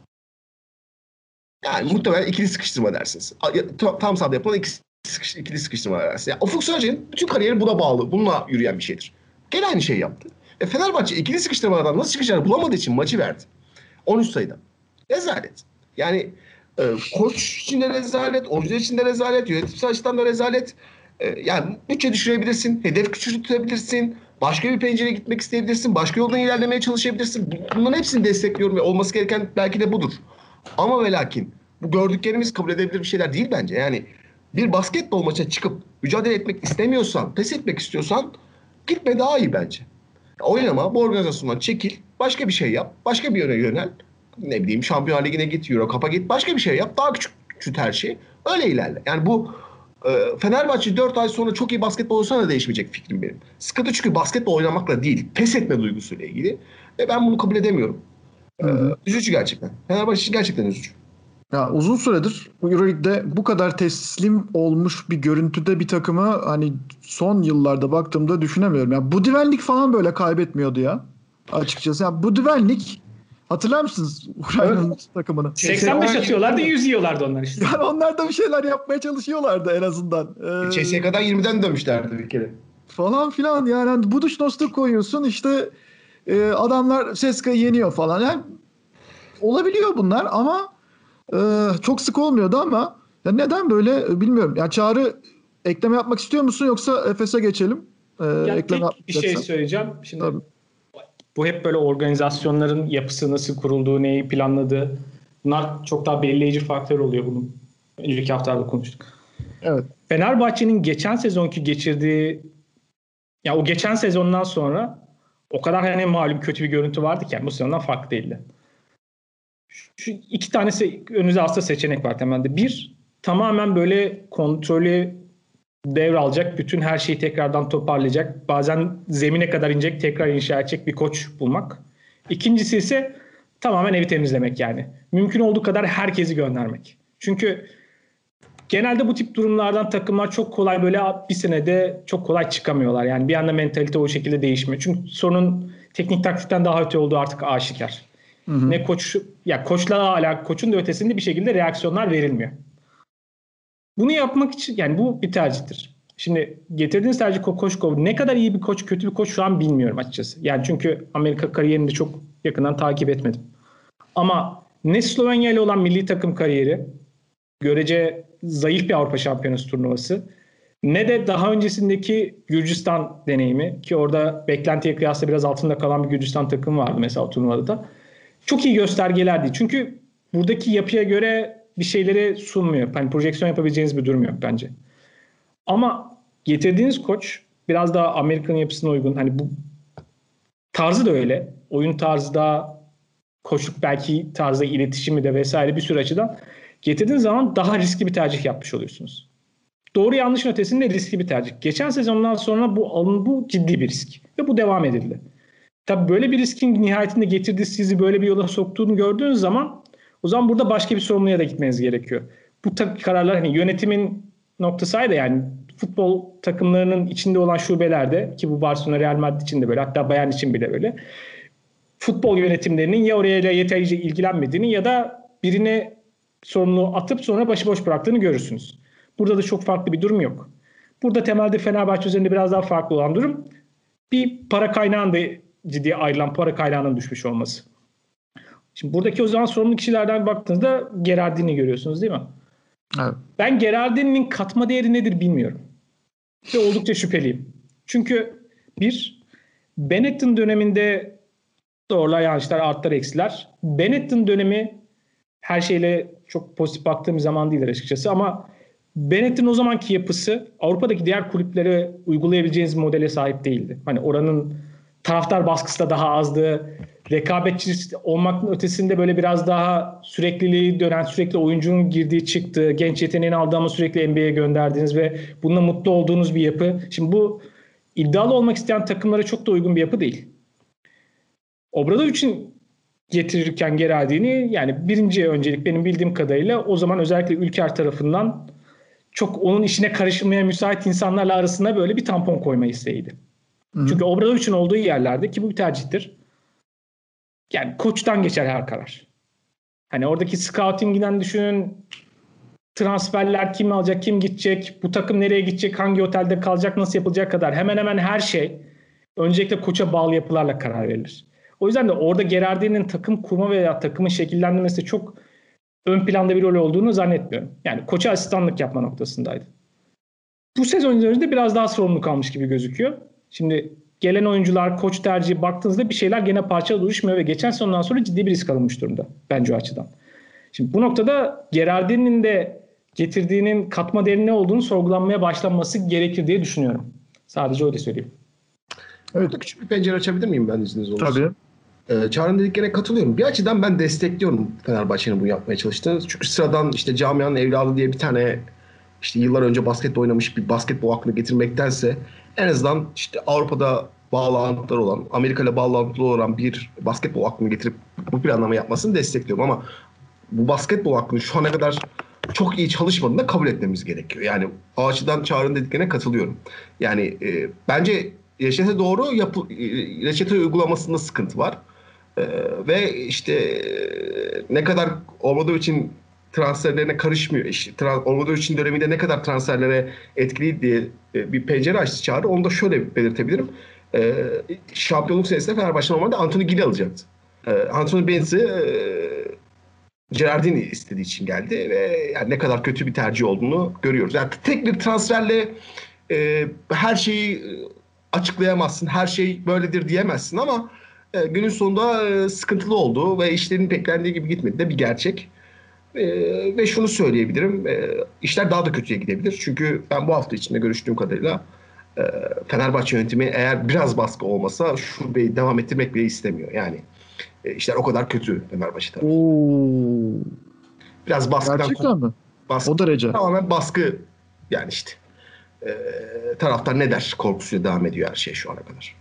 S3: Yani muhtemelen ikili sıkıştırma dersiniz. Tam sahada yapılan ikili sıkıştırma dersiniz. Yani Ufuk Sarıcı'nın bütün kariyeri buna bağlı. Bununla yürüyen bir şeydir. Gene aynı şeyi yaptı. Fenerbahçe ikili sıkıştırmadan nasıl çıkacağını bulamadığı için maçı verdi. 13 sayıda. Rezalet. Yani koç için de rezalet, oyuncular için de rezalet, yönetimsel açıdan da rezalet. Yani bütçe düşürebilirsin, hedef küçültebilirsin, başka bir pencereye gitmek isteyebilirsin, başka yoldan ilerlemeye çalışabilirsin. Bunların hepsini destekliyorum ve olması gereken belki de budur. Ama ve lakin bu gördüklerimiz kabul edilebilir bir şeyler değil bence. Yani bir basketbol maça çıkıp mücadele etmek istemiyorsan, pes etmek istiyorsan gitme daha iyi bence. Oynama, bu organizasyondan çekil, başka bir şey yap, başka bir yöne yönel. Ne bileyim Şampiyonlar Ligi'ne git, Euro Cup'a git, başka bir şey yap, daha küçük her şey. Öyle ilerle. Yani bu Fenerbahçe 4 ay sonra çok iyi basketbol olsa da değişmeyecek fikrim benim. Sıkıntı çünkü basketbol oynamakla değil, pes etme duygusuyla ilgili. Ve ben bunu kabul edemiyorum. Üzücü gerçekten. Fenerbahçe için gerçekten üzücü.
S1: Ya uzun süredir Euroleague'de bu kadar teslim olmuş bir görüntüde bir takımı hani son yıllarda baktığımda düşünemiyorum. Ya Budivelnik falan böyle kaybetmiyordu ya açıkçası. Ya Budivelnik hatırlar mısınız Ukrayna'nın takımını?
S2: 85 atıyorlardı, 100 yiyorlardı onlar işte.
S1: Yani onlar da bir şeyler yapmaya çalışıyorlardı en azından.
S3: CSK'dan 20'den dönmüşlerdi bir kere.
S1: Falan filan yani hani Budućnos'ta koyuyorsun işte adamlar CSKA'yı yeniyor falan. Yani olabiliyor bunlar ama çok sık olmuyordu ama ya neden böyle bilmiyorum. Ya Çağrı ekleme yapmak istiyor musun yoksa Efes'e geçelim?
S2: Ya tek bir şey söyleyeceğim. Şimdi tabii. Bu hep böyle organizasyonların yapısı nasıl kurulduğu, neyi planladığı. Bunlar çok daha belirleyici faktör oluyor bunun. Önceki haftalarda konuştuk.
S1: Evet.
S2: Fenerbahçe'nin geçen sezonki geçirdiği ya o geçen sezondan sonra o kadar hani malum kötü bir görüntü vardı ki yani bu sezondan farklı değildi. Şu iki tanesi önünüzde aslında seçenek var temelde. Bir, tamamen böyle kontrolü devralacak, bütün her şeyi tekrardan toparlayacak, bazen zemine kadar inecek, tekrar inşa edecek bir koç bulmak. İkincisi ise tamamen evi temizlemek yani. Mümkün olduğu kadar herkesi göndermek. Çünkü genelde bu tip durumlardan takımlar çok kolay böyle bir senede çok kolay çıkamıyorlar. Yani bir anda mentalite o şekilde değişmiyor. Çünkü sorunun teknik taktikten daha öte olduğu artık aşikar. Hı-hı. Ne koçla alakalı, koçun da ötesinde bir şekilde reaksiyonlar verilmiyor. Bunu yapmak için yani bu bir tercihtir. Şimdi getirdiğiniz tercih Kokoşkov ne kadar iyi bir koç, kötü bir koç şu an bilmiyorum açıkçası. Yani çünkü Amerika kariyerini de çok yakından takip etmedim. Ama ne Slovenya ile olan milli takım kariyeri, görece zayıf bir Avrupa Şampiyonası turnuvası, ne de daha öncesindeki Gürcistan deneyimi ki orada beklentiye kıyasla biraz altında kalan bir Gürcistan takımı vardı mesela o turnuvada da. Çok iyi göstergelerdi. Çünkü buradaki yapıya göre bir şeyleri sunmuyor. Hani projeksiyon yapabileceğiniz bir durum yok bence. Ama getirdiğiniz koç biraz daha Amerikan yapısına uygun. Hani bu tarzı da öyle. Oyun tarzı da, koçluk belki tarzda, iletişimi de vesaire bir sürü açıdan getirdiğiniz zaman daha riskli bir tercih yapmış oluyorsunuz. Doğru yanlışın ötesinde riskli bir tercih. Geçen sezondan sonra bu ciddi bir risk. Ve bu devam edildi. Tabii böyle bir riskin nihayetinde getirdiği sizi böyle bir yola soktuğunu gördüğünüz zaman o zaman burada başka bir sorumluya da gitmeniz gerekiyor. Bu kararlar hani yönetimin noktasıydı yani futbol takımlarının içinde olan şubelerde ki bu Barcelona, Real Madrid için de böyle hatta Bayern için bile böyle futbol yönetimlerinin ya oraya yeterince ilgilenmediğini ya da birine sorumluluğu atıp sonra başıboş bıraktığını görürsünüz. Burada da çok farklı bir durum yok. Burada temelde Fenerbahçe üzerinde biraz daha farklı olan durum bir para kaynağında ciddi ayrılan para kaynağının düşmüş olması. Şimdi buradaki o zaman sorumlu kişilerden baktığınızda Gerardini görüyorsunuz değil mi?
S1: Evet.
S2: Ben Gerardini'nin katma değeri nedir bilmiyorum. Ve oldukça şüpheliyim. Çünkü Benetton döneminde doğrular yanlışlar, artlar, eksiler. Benetton dönemi her şeyle çok pozitif baktığım zaman değildir açıkçası ama Benetton o zamanki yapısı Avrupa'daki diğer kulüplere uygulayabileceğiniz bir modele sahip değildi. Hani oranın taraftar baskısı da daha azdı. Rekabetçi olmakın ötesinde böyle biraz daha sürekliliği dönen, sürekli oyuncunun girdiği çıktığı, genç yeteneğini aldığı ama sürekli NBA'ye gönderdiğiniz ve bununla mutlu olduğunuz bir yapı. Şimdi bu iddialı olmak isteyen takımlara çok da uygun bir yapı değil. Obradoviç'in getirirken Gerardini yani birinci öncelik benim bildiğim kadarıyla o zaman özellikle Ülker tarafından çok onun işine karışmaya müsait insanlarla arasına böyle bir tampon koyma isteğiydi. Hı-hı. Çünkü Obradoviç'in olduğu yerlerde ki bu bir tercihtir. Yani koçtan geçer her karar. Hani oradaki scouting'inden düşünün, transferler kim alacak, kim gidecek, bu takım nereye gidecek, hangi otelde kalacak, nasıl yapılacak kadar hemen hemen her şey öncelikle koça bağlı yapılarla karar verilir. O yüzden de orada Gerardini'nin takım kurma veya takımın şekillendirmesi çok ön planda bir rol olduğunu zannetmiyorum. Yani koça asistanlık yapma noktasındaydı. Bu sezon üzerinde biraz daha sorumluluk almış gibi gözüküyor. Şimdi gelen oyuncular, koç tercihi baktığınızda bir şeyler gene parçalı uyuşmuyor ve geçen sezondan sonra ciddi bir risk alınmış durumda bence o açıdan. Şimdi bu noktada Gerardini'nin de getirdiğinin katma değeri ne olduğunu sorgulanmaya başlanması gerekir diye düşünüyorum. Sadece öyle söyleyeyim.
S3: Evet. Burada küçük bir pencere açabilir miyim ben izniniz olursa?
S1: Tabii.
S3: Çağrı'nın dediklerine katılıyorum. Bir açıdan ben destekliyorum Fenerbahçe'nin bunu yapmaya çalıştığını. Çünkü sıradan işte camianın evladı diye bir tane işte yıllar önce basketbol oynamış bir basketbol aklını getirmektense en azından işte Avrupa'da bağlantıları olan, Amerika ile bağlantılı olan bir basketbol aklını getirip bu planlama yapmasını destekliyorum. Ama bu basketbol aklını şu ana kadar çok iyi çalışmadığını da kabul etmemiz gerekiyor. Yani o açıdan Çağrı'nın dediklerine katılıyorum. Yani bence reçete doğru, reçete uygulamasında sıkıntı var. Ve işte ne kadar Obradovic'in transferlerine karışmıyor. İşte, Obradovic'in döneminde ne kadar transferlere etkili diye bir pencere açtı Çağrı. Onu da şöyle belirtebilirim. Şampiyonluk senesinde Fenerbahçe normalde Anthony Gill'i alacaktı. Anthony Benz'i Gerardini istediği için geldi ve yani ne kadar kötü bir tercih olduğunu görüyoruz. Yani tek bir transferle her şeyi açıklayamazsın, her şey böyledir diyemezsin ama günün sonunda sıkıntılı oldu ve işlerin beklendiği gibi gitmedi de bir gerçek. Ve şunu söyleyebilirim, işler daha da kötüye gidebilir. Çünkü ben bu hafta içinde görüştüğüm kadarıyla Fenerbahçe yönetimi eğer biraz baskı olmasa şubeyi devam ettirmek bile istemiyor. Yani işler o kadar kötü Fenerbahçe tarafı. Biraz baskıdan...
S1: Gerçekten mi? O derece.
S3: Tamamen baskı yani işte. Taraftar ne der korkusuyla devam ediyor her şey şu ana kadar.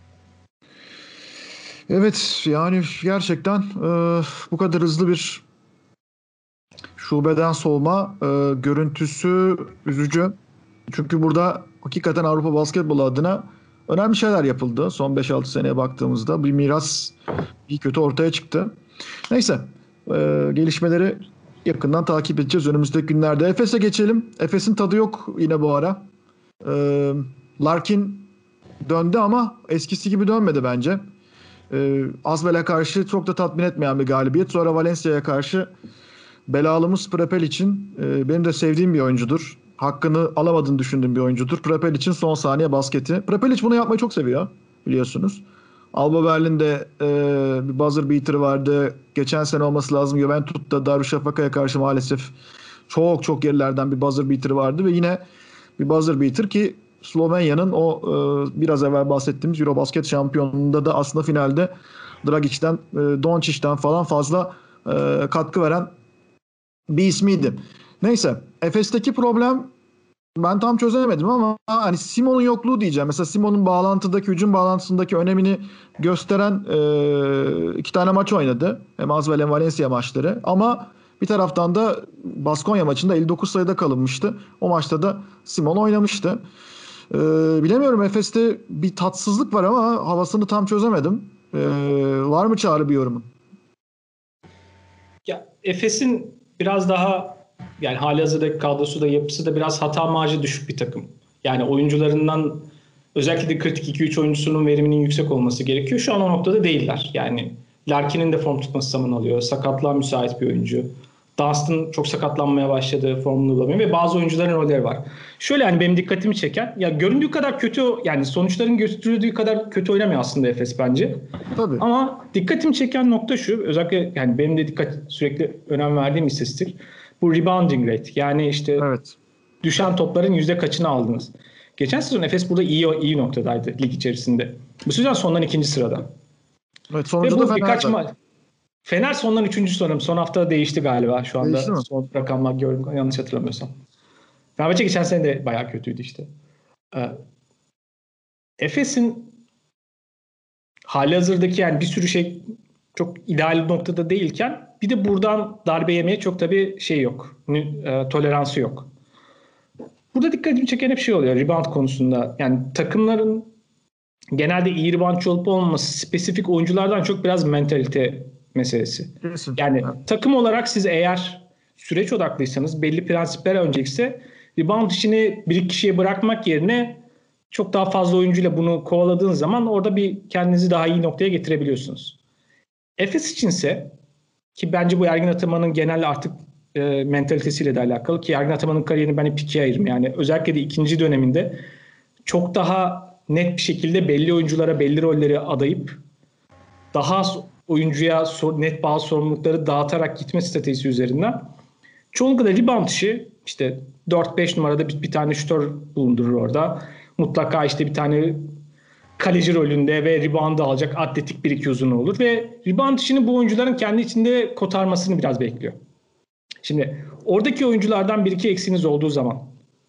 S1: Evet yani gerçekten bu kadar hızlı bir şubeden soğuma görüntüsü üzücü. Çünkü burada hakikaten Avrupa basketbolu adına önemli şeyler yapıldı. Son 5-6 seneye baktığımızda bir miras iyi kötü ortaya çıktı. Neyse gelişmeleri yakından takip edeceğiz önümüzdeki günlerde. Efes'e geçelim. Efes'in tadı yok yine bu ara. Larkin döndü ama eskisi gibi dönmedi bence. Asvel'e karşı çok da tatmin etmeyen bir galibiyet. Sonra Valencia'ya karşı belalımız Prepel için benim de sevdiğim bir oyuncudur. Hakkını alamadığını düşündüğüm bir oyuncudur. Prepel için son saniye basketi. Prepel hiç bunu yapmayı çok seviyor biliyorsunuz. Alba Berlin'de bir buzzer beater vardı. Geçen sene olması lazım. Juventus'ta Darüşşafaka'ya karşı maalesef çok gerilerden bir buzzer beater vardı ve yine bir buzzer beater ki Slovenya'nın o biraz evvel bahsettiğimiz Eurobasket şampiyonluğunda da aslında finalde Dragic'ten, Doncic'ten falan fazla katkı veren bir ismiydi. Neyse, Efes'teki problem ben tam çözemedim ama hani Simon'un yokluğu diyeceğim. Mesela Simon'un hücum bağlantısındaki önemini gösteren 2 tane maç oynadı. Hem Asvel hem Valencia maçları. Ama bir taraftan da Baskonya maçında 59 sayıda kalınmıştı. O maçta da Simon oynamıştı. Bilemiyorum, Efes'te bir tatsızlık var ama havasını tam çözemedim. Var mı Çağrı bir yorumun?
S2: Ya Efes'in biraz daha yani halihazırdaki kadrosu da yapısı da biraz hata marjı düşük bir takım. Yani oyuncularından özellikle de kritik 2-3 oyuncusunun veriminin yüksek olması gerekiyor. Şu an o noktada değiller. Yani Larkin'in de form tutması zaman alıyor. Sakatlığa müsait bir oyuncu. Dunstan çok sakatlanmaya başladı, formunu bulamıyor ve bazı oyuncuların rolleri var. Şöyle hani benim dikkatimi çeken, ya göründüğü kadar kötü, yani sonuçların gösterdiği kadar kötü oynamıyor aslında Efes bence.
S1: Tabii.
S2: Ama dikkatimi çeken nokta şu, özellikle yani benim de sürekli önem verdiğim istatistik bu rebounding rate. Yani işte evet, düşen topların yüzde kaçını aldınız. Geçen sezon Efes burada iyi noktadaydı lig içerisinde. Bu sezon sondan 2. sırada.
S1: Evet, sonuncu da
S2: birkaç Fener sondan 3. sanırım. Son hafta değişti galiba şu anda.
S1: Değişti mi?
S2: Son rakamlar gördüm yanlış hatırlamıyorsam. Fenerbahçe geçen sene de bayağı kötüydü işte. Efes'in halihazırdaki yani bir sürü şey çok ideal noktada değilken bir de buradan darbe yemeye çok tabii yok. Toleransı yok. Burada dikkatimi çeken hep şey oluyor rebound konusunda. Yani takımların genelde iyi reboundçı olup olmaması spesifik oyunculardan çok biraz mentalite meselesi. Yani takım olarak siz eğer süreç odaklıysanız belli prensipler öncelikse rebound işini bir kişiye bırakmak yerine çok daha fazla oyuncuyla bunu kovaladığınız zaman orada bir kendinizi daha iyi noktaya getirebiliyorsunuz. Efes içinse ki bence bu Ergin Ataman'ın genel artık mentalitesiyle de alakalı ki Ergin Ataman'ın kariyerini ben hep ikiye ayırırım. Yani özellikle de ikinci döneminde çok daha net bir şekilde belli oyunculara belli rolleri adayıp daha az oyuncuya net bazı sorumlulukları dağıtarak gitme stratejisi üzerinden çoğunlukla da rebound işi işte 4-5 numarada bir tane şutör bulundurur orada. Mutlaka işte bir tane kaleci rolünde ve rebound'ı alacak atletik bir iki uzunu olur ve rebound işini bu oyuncuların kendi içinde kotarmasını biraz bekliyor. Şimdi oradaki oyunculardan bir iki eksiğiniz olduğu zaman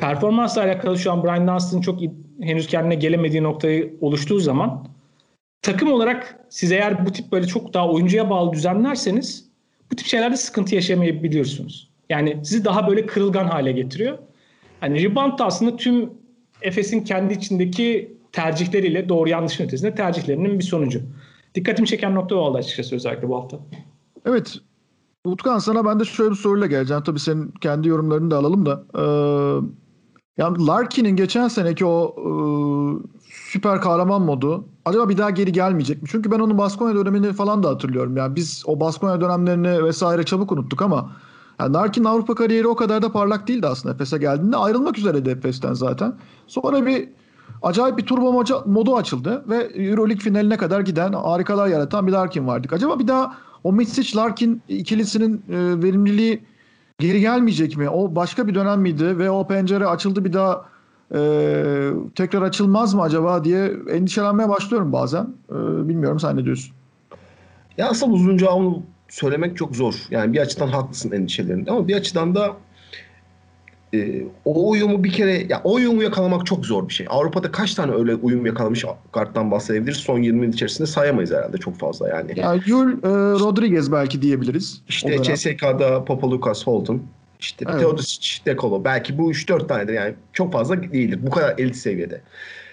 S2: performansla alakalı şu an Brian Dunst'ın çok henüz kendine gelemediği noktayı oluştuğu zaman takım olarak siz eğer bu tip böyle çok daha oyuncuya bağlı düzenlerseniz bu tip şeylerde sıkıntı yaşamayabiliyorsunuz. Yani sizi daha böyle kırılgan hale getiriyor. Hani rebound da aslında tüm Efes'in kendi içindeki tercihleriyle doğru yanlışın ötesinde tercihlerinin bir sonucu. Dikkatimi çeken nokta o oldu açıkçası özellikle bu hafta.
S1: Evet. Utkan, sana ben de şöyle bir soruyla geleceğim. Tabii senin kendi yorumlarını da alalım da. Yani Larkin'in geçen seneki o süper kahraman modu acaba bir daha geri gelmeyecek mi? Çünkü ben onun Baskonya dönemini falan da hatırlıyorum. Yani biz o Baskonya dönemlerini vesaire çabuk unuttuk ama yani Larkin'in Avrupa kariyeri o kadar da parlak değildi aslında Efes'e geldiğinde. Ayrılmak üzereydi Efes'ten zaten. Sonra bir acayip bir turbo modu açıldı ve Euroleague finaline kadar giden, harikalar yaratan bir Larkin vardık. Acaba bir daha o Mitsic-Larkin ikilisinin verimliliği geri gelmeyecek mi? O başka bir dönem miydi ve o pencere açıldı bir daha tekrar açılmaz mı acaba diye endişelenmeye başlıyorum bazen. Bilmiyorum, sen ne diyorsun?
S3: Ya aslında uzunca onu söylemek çok zor. Yani bir açıdan haklısın endişelerinde ama bir açıdan da o uyumu bir kere, ya o uyumu yakalamak çok zor bir şey. Avrupa'da kaç tane öyle uyum yakalamış karttan bahsedebiliriz? Son 20 yıl içerisinde sayamayız herhalde çok fazla yani.
S1: Ya Yul Rodriguez belki diyebiliriz.
S3: İşte CSK'da Papalukas, Holton, işte
S1: Evet.
S3: Teodosic, Dekolo. Belki bu 3-4 tanedir yani. Çok fazla değildir. Bu kadar elit seviyede.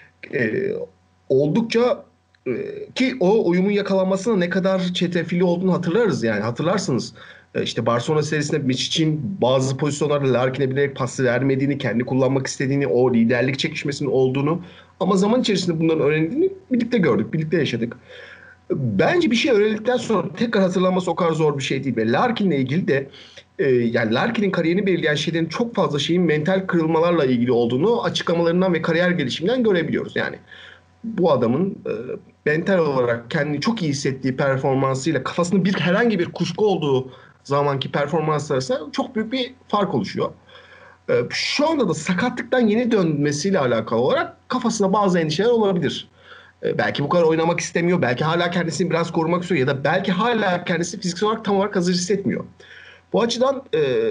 S3: Oldukça ki o uyumun yakalanmasına ne kadar çetrefilli olduğunu hatırlarız yani. Hatırlarsınız. İşte Barcelona serisinde Micic'in bazı pozisyonlarda Larkin'e bilerek pası vermediğini, kendi kullanmak istediğini, o liderlik çekişmesinin olduğunu ama zaman içerisinde bunların öğrenildiğini birlikte gördük, birlikte yaşadık. Bence bir şey öğrendikten sonra tekrar hatırlanması o kadar zor bir şey değil. Ve Larkin'le ilgili de yani Larkin'in kariyerini belirleyen şeylerin çok fazla şeyin mental kırılmalarla ilgili olduğunu açıklamalarından ve kariyer gelişiminden görebiliyoruz. Yani bu adamın mental olarak kendini çok iyi hissettiği performansıyla kafasında herhangi bir kuşku olduğu zamanki performans arasında çok büyük bir fark oluşuyor. Şu anda da sakatlıktan yeni dönmesiyle alakalı olarak kafasında bazı endişeler olabilir. Belki bu kadar oynamak istemiyor. Belki hala kendisini biraz korumak istiyor. Ya da belki hala kendisi fiziksel olarak tam olarak hazır hissetmiyor. Bu açıdan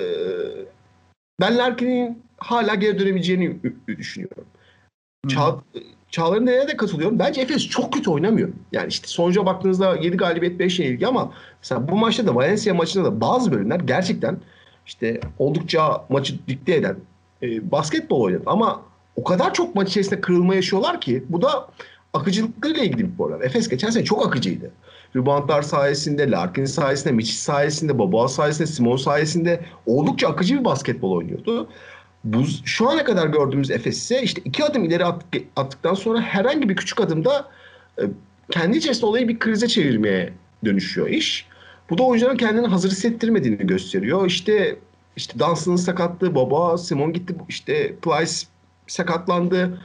S3: ben Larkin'in hala geri dönebileceğini düşünüyorum. Çağlar'ın dediğine de katılıyorum. Bence Efes çok kötü oynamıyor. Yani işte sonuca baktığınızda 7 galibiyet 5 yenilgi ama mesela bu maçta da Valencia maçında da bazı bölümler gerçekten işte oldukça maçı dikte eden basketbol oynadı. Ama o kadar çok maç içerisinde kırılma yaşıyorlar ki bu da akıcılıklarıyla ilgili bir problem. Efes geçen sene çok akıcıydı. Reboundlar sayesinde, Larkin sayesinde, Mičić sayesinde, Boboa sayesinde, Simon sayesinde oldukça akıcı bir basketbol oynuyordu. Şu ana kadar gördüğümüz Efes ise işte 2 adım ileri attıktan sonra herhangi bir küçük adımda kendi içerisinde olayı bir krize çevirmeye dönüşüyor iş. Bu da oyuncuların kendini hazır hissettirmediğini gösteriyor. İşte Dunstan'ın sakatlığı, Boboa, Simon gitti, işte Plyce sakatlandı.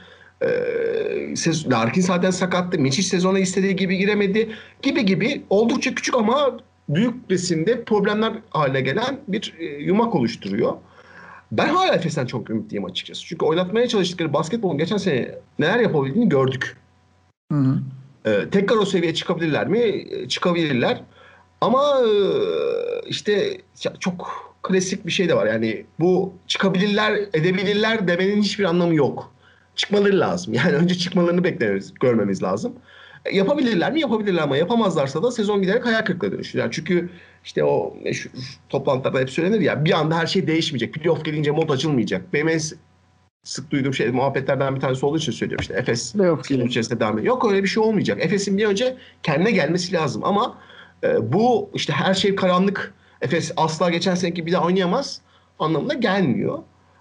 S3: Larkin zaten sakattı. Mičić sezona istediği gibi giremedi. Gibi oldukça küçük ama büyük resimde problemler haline gelen bir yumak oluşturuyor. Ben hala Efes'ten çok ümitliyim açıkçası. Çünkü oynatmaya çalıştıkları basketbolun geçen sene neler yapabildiğini gördük.
S1: Hı hı.
S3: Tekrar o seviyeye çıkabilirler mi? Çıkabilirler. Ama işte çok klasik bir şey de var. Yani bu çıkabilirler, edebilirler demenin hiçbir anlamı yok. Çıkmaları lazım. Yani önce çıkmalarını görmemiz lazım. Yapabilirler mi? Yapabilirler ama yapamazlarsa da sezon giderek hayal kırıklığına dönüşür. Yani çünkü işte o meşhur toplantılarda hep söylenir ya, bir anda her şey değişmeyecek. Playoff gelince mod açılmayacak. Benim en sık duyduğum şey, muhabbetlerden bir tanesi olduğu için söylüyorum, işte Efes sezon içerisinde devam ediyor. Yok, öyle bir şey olmayacak. Efes'in bir önce kendine gelmesi lazım ama bu işte her şey karanlık, Efes asla geçen seneki bir daha oynayamaz anlamına gelmiyor.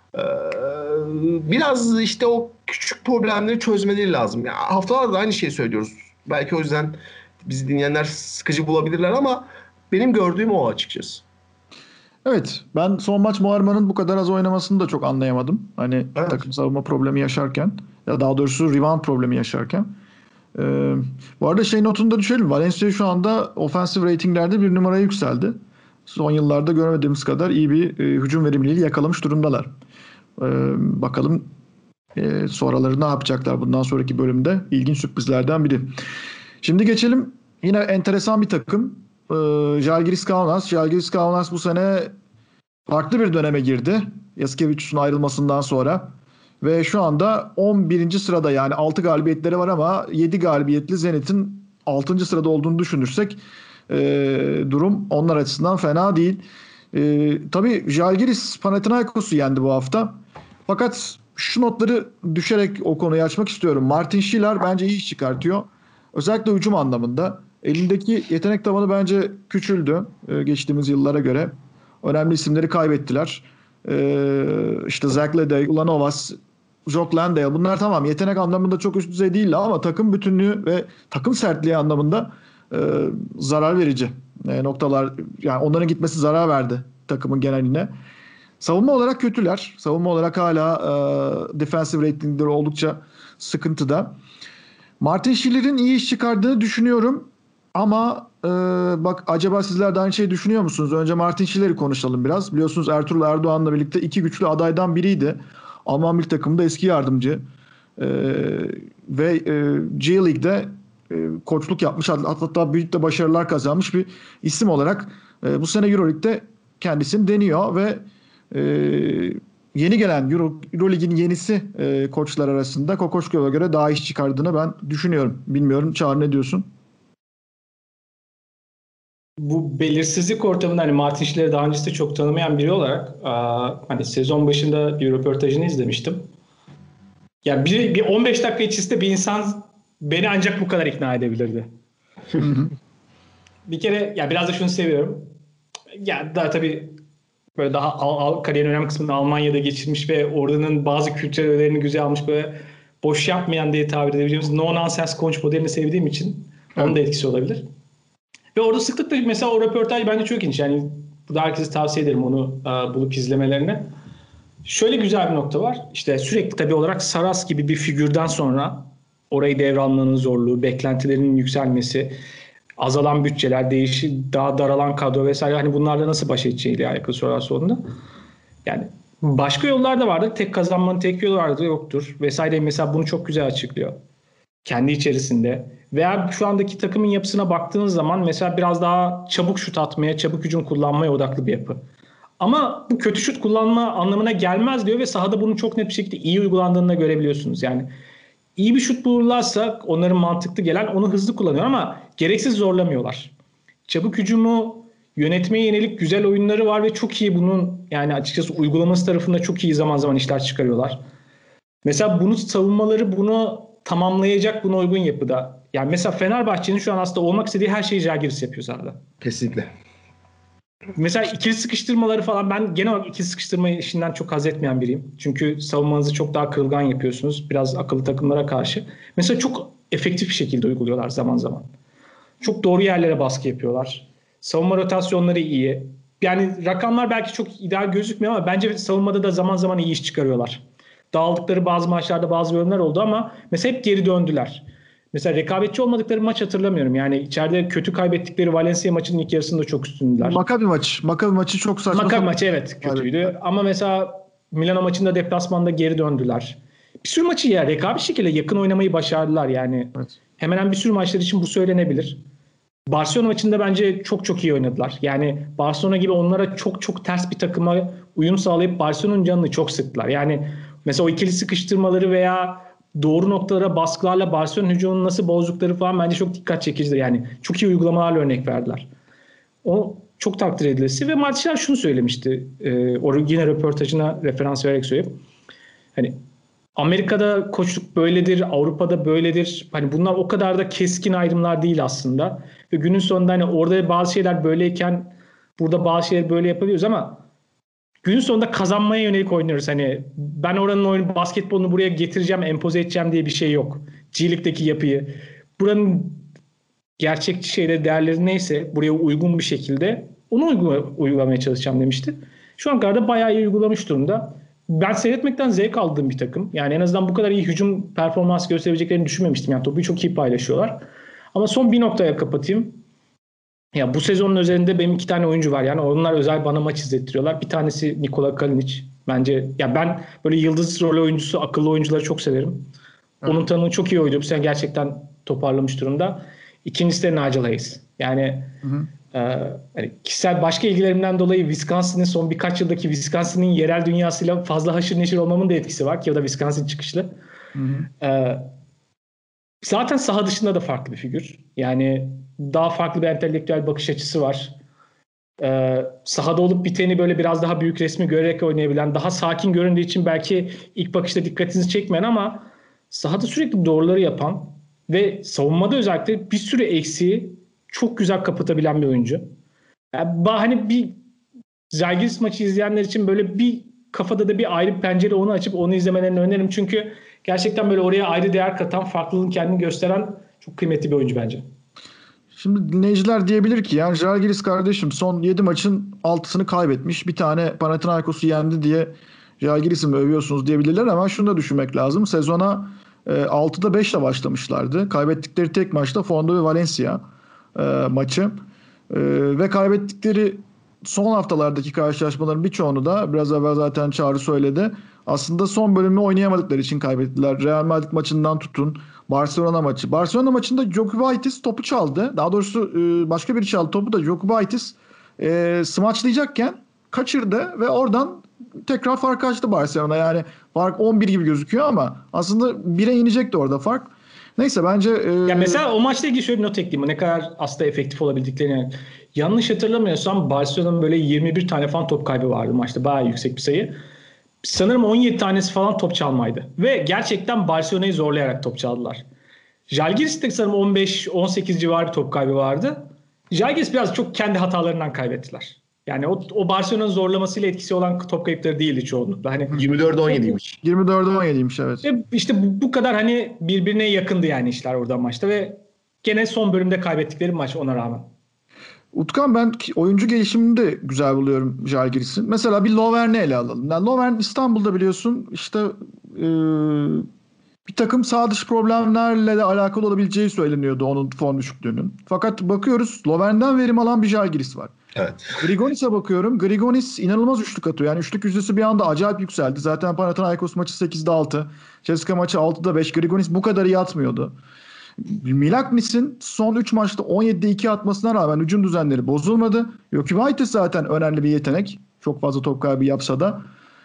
S3: Biraz işte o küçük problemleri çözmeleri lazım. Ya, haftalardır aynı şeyi söylüyoruz. Belki o yüzden bizi dinleyenler sıkıcı bulabilirler ama benim gördüğüm o açıkçası.
S1: Evet, ben son maç Muharrem'in bu kadar az oynamasını da çok anlayamadım. Hani
S3: Evet.
S1: takım savunma problemi yaşarken, ya daha doğrusu rebound problemi yaşarken. Bu arada şey notunu da düşelim. Valencia şu anda offensive ratinglerde bir numaraya yükseldi. Son yıllarda görmediğimiz kadar iyi bir hücum verimliliği yakalamış durumdalar. Bakalım sonraları ne yapacaklar bundan sonraki bölümde. İlginç sürprizlerden biri. Şimdi geçelim. Yine enteresan bir takım. Žalgiris Kaunas. Žalgiris Kaunas bu sene farklı bir döneme girdi. Jasikevicius'un ayrılmasından sonra. Ve şu anda 11. sırada, yani 6 galibiyetleri var ama 7 galibiyetli Zenit'in 6. sırada olduğunu düşünürsek durum onlar açısından fena değil. Tabii Žalgiris Panathinaikos'u yendi bu hafta. Fakat şu notları düşerek o konuyu açmak istiyorum. Martin Schiller bence iyi iş çıkartıyor. Özellikle hücum anlamında. Elindeki yetenek tabanı bence küçüldü geçtiğimiz yıllara göre. Önemli isimleri kaybettiler. İşte Zach Ledey, Ulanovas, Jock Landale, bunlar tamam yetenek anlamında çok üst düzey değiller ama takım bütünlüğü ve takım sertliği anlamında zarar verici noktalar. Yani onların gitmesi zarar verdi takımın geneline. Savunma olarak kötüler. Savunma olarak hala defensive ratingleri oldukça sıkıntıda. Martin Schiller'in iyi iş çıkardığını düşünüyorum. Ama bak, acaba sizler de aynı şeyi düşünüyor musunuz? Önce Martin Schiller'i konuşalım biraz. Biliyorsunuz Ertuğrul Erdoğan'la birlikte iki güçlü adaydan biriydi. Alman milli takımında eski yardımcı. Ve G League'de koçluk yapmış, hatta büyük de başarılar kazanmış bir isim olarak bu sene Euroleague'de kendisini deniyor ve yeni gelen Euroleague'in yenisi koçlar arasında Kokoşkov'a göre daha iş çıkardığını ben düşünüyorum. Bilmiyorum, Çağrı ne diyorsun?
S2: Bu belirsizlik ortamında hani Martin Schiller'i daha öncesinde çok tanımayan biri olarak hani sezon başında bir röportajını izlemiştim. Ya bir 15 dakika içerisinde bir insan beni ancak bu kadar ikna edebilirdi. Bir kere ya biraz da şunu seviyorum. Ya daha tabii böyle daha kariyerin önemli kısmını Almanya'da geçirmiş ve oranın bazı kültürel öğelerini güzel almış, böyle boş yapmayan diye tabir edebileceğimiz no nonsense coach modelini sevdiğim için onun da etkisi olabilir. Ve orada sıklıkla mesela o röportaj bence çok ilginç. Yani burada herkese tavsiye ederim onu bulup izlemelerini. Şöyle güzel bir nokta var. İşte sürekli tabii olarak Saras gibi bir figürden sonra orayı devralmanın zorluğu, beklentilerin yükselmesi, azalan bütçeler, daha daralan kadro vesaire, hani bunlarla nasıl baş edeceğiyle alakalı sorular sorduğunda. Yani başka yollar da vardır. Tek kazanmanın tek yolu vardır, yoktur vesaire. Mesela bunu çok güzel açıklıyor. Kendi içerisinde. Veya şu andaki takımın yapısına baktığınız zaman mesela biraz daha çabuk şut atmaya, çabuk hücum kullanmaya odaklı bir yapı. Ama bu kötü şut kullanma anlamına gelmez diyor ve sahada bunun çok net bir şekilde iyi uygulandığını da görebiliyorsunuz. Yani iyi bir şut bulurlarsa onların mantıklı gelen onu hızlı kullanıyor ama gereksiz zorlamıyorlar. Çabuk hücumu yönetmeye yönelik güzel oyunları var ve çok iyi bunun, yani açıkçası uygulaması tarafında çok iyi zaman zaman işler çıkarıyorlar. Mesela bunu savunmaları bunu tamamlayacak, buna uygun yapıda. Yani mesela Fenerbahçe'nin şu an aslında olmak istediği her şeyi Žalgiris yapıyor sahada.
S3: Kesinlikle.
S2: Mesela ikili sıkıştırmaları falan, ben genel olarak ikili sıkıştırma işinden çok haz etmeyen biriyim. Çünkü savunmanızı çok daha kırılgan yapıyorsunuz. Biraz akıllı takımlara karşı. Mesela çok efektif bir şekilde uyguluyorlar zaman zaman. Çok doğru yerlere baskı yapıyorlar. Savunma rotasyonları iyi. Yani rakamlar belki çok ideal gözükmüyor ama bence savunmada da zaman zaman iyi iş çıkarıyorlar. Dağıldıkları bazı maçlarda bazı bölümler oldu ama mesela hep geri döndüler. Mesela rekabetçi olmadıkları maç hatırlamıyorum. Yani içeride kötü kaybettikleri Valencia maçının ilk yarısında çok üstündüler.
S1: Maccabi maçı çok saçma.
S2: Maccabi maçı evet kötüydü. Evet. Ama mesela Milano maçında deplasmanda geri döndüler. Bir sürü maçı ya rekabet şekilde yakın oynamayı başardılar yani. Evet. Hemen hemen bir sürü maçlar için bu söylenebilir. Barcelona maçında bence çok çok iyi oynadılar. Yani Barcelona gibi onlara çok çok ters bir takıma uyum sağlayıp Barcelona'nın canını çok sıktılar. Yani mesela o ikili sıkıştırmaları veya doğru noktalara baskılarla Barcelona hücumunu nasıl bozdukları falan bence çok dikkat çekicidir. Yani çok iyi uygulamalarla örnek verdiler. O çok takdir edilesi ve Martin şunu söylemişti. Yine röportajına referans vererek söyleyeyim. Hani Amerika'da koçluk böyledir, Avrupa'da böyledir. Hani bunlar o kadar da keskin ayrımlar değil aslında. Ve günün sonunda hani orada bazı şeyler böyleyken burada bazı şeyler böyle yapabiliyoruz ama günün sonunda kazanmaya yönelik oynuyoruz. Hani ben oranın oyun basketbolunu buraya getireceğim, empoze edeceğim diye bir şey yok. G-League'deki yapıyı. Buranın gerçekçi şeyleri, değerleri neyse buraya uygun bir şekilde onu uygulamaya çalışacağım demişti. Şu an kadar da bayağı iyi uygulamış durumda. Ben seyretmekten zevk aldığım bir takım. Yani en azından bu kadar iyi hücum performansı gösterebileceklerini düşünmemiştim. Yani topu çok iyi paylaşıyorlar. Ama son bir noktaya kapatayım. Ya bu sezonun üzerinde benim 2 tane oyuncu var. Yani onlar özel bana maç izlettiriyorlar. Bir tanesi Nikola Kalinic. Bence ya ben böyle yıldız rol oyuncusu, akıllı oyuncuları çok severim. Evet. Onun tanımı çok iyi oydu. Bu sene gerçekten toparlamış durumda. İkincisi de Nigel Hayes. Yani Hani kişisel başka ilgilerimden dolayı Wisconsin'in son birkaç yıldaki Wisconsin'in yerel dünyasıyla fazla haşır neşir olmamın da etkisi var ki o da Wisconsin çıkışlı.
S1: Hı hı.
S2: Zaten saha dışında da farklı bir figür. Yani daha farklı bir entelektüel bakış açısı var. Sahada olup biteni böyle biraz daha büyük resmi görerek oynayabilen, daha sakin göründüğü için belki ilk bakışta dikkatinizi çekmeyen ama sahada sürekli doğruları yapan ve savunmada özellikle bir sürü eksiği çok güzel kapatabilen bir oyuncu. Yani hani bir Zalgiris maçı izleyenler için böyle bir kafada da bir ayrı pencere onu açıp onu izlemelerini öneririm. Çünkü gerçekten böyle oraya ayrı değer katan, farklılığın kendini gösteren çok kıymetli bir oyuncu bence.
S1: Şimdi dinleyiciler diyebilir ki yani Žalgiris kardeşim son 7 maçın 6'sını kaybetmiş. Bir tane Panathinaikos'u yendi diye Žalgiris'i mi övüyorsunuz diyebilirler ama şunu da düşünmek lazım. Sezona 6'da 5 ile başlamışlardı. Kaybettikleri tek maçta Fondo ve Valencia maçı. Ve kaybettikleri son haftalardaki karşılaşmaların birçoğunu da biraz evvel zaten Çağrı söyledi. Aslında son bölümü oynayamadıkları için kaybettiler. Real Madrid maçından tutun Barcelona maçı. Barcelona maçında Jokubaitis topu çaldı. Daha doğrusu başka biri çaldı topu da Jokubaitis smaçlayacakken kaçırdı ve oradan tekrar fark açtı Barcelona. Yani fark 11 gibi gözüküyor ama aslında 1'e inecekti orada fark. Neyse bence...
S2: Ya mesela o maçla ilgili şöyle bir not ekleyeyim. Ne kadar aslında efektif olabildiklerini. Yani. Yanlış hatırlamıyorsam Barcelona'nın böyle 21 tane falan top kaybı vardı maçta. Bayağı yüksek bir sayı. Sanırım 17 tanesi falan top çalmaydı. Ve gerçekten Barcelona'yı zorlayarak top çaldılar. Žalgiris'te sanırım 15-18 civarı bir top kaybı vardı. Žalgiris biraz çok kendi hatalarından kaybettiler. Yani o Barcelona'nın zorlamasıyla etkisi olan top kayıpları değildi çoğunlukla. Hani
S3: 24-17'ymiş.
S1: 24'e 17'ymiş evet.
S2: İşte bu kadar hani birbirine yakındı yani işler orada maçta ve gene son bölümde kaybettikleri maç ona rağmen.
S1: Utkan ben oyuncu gelişimini de güzel buluyorum Žalgiris'in. Mesela bir Lovern'i ele alalım. Yani Lovern İstanbul'da biliyorsun işte bir takım sağ dış problemlerle de alakalı olabileceği söyleniyordu onun form düşüklüğünün. Fakat bakıyoruz Lovern'den verim alan bir Žalgiris var.
S3: Evet.
S1: Grigonis'e bakıyorum. Grigonis inanılmaz üçlük atıyor. Yani üçlük yüzdesi bir anda acayip yükseldi. Zaten Panathinaikos maçı 8'de 6. CSKA maçı 6'da 5. Grigonis bu kadar iyi atmıyordu. Milaknis'in son 3 maçta 17'de 2 atmasına rağmen hücum düzenleri bozulmadı. Jokubaitis zaten önemli bir yetenek. Çok fazla top kaybı yapsa da.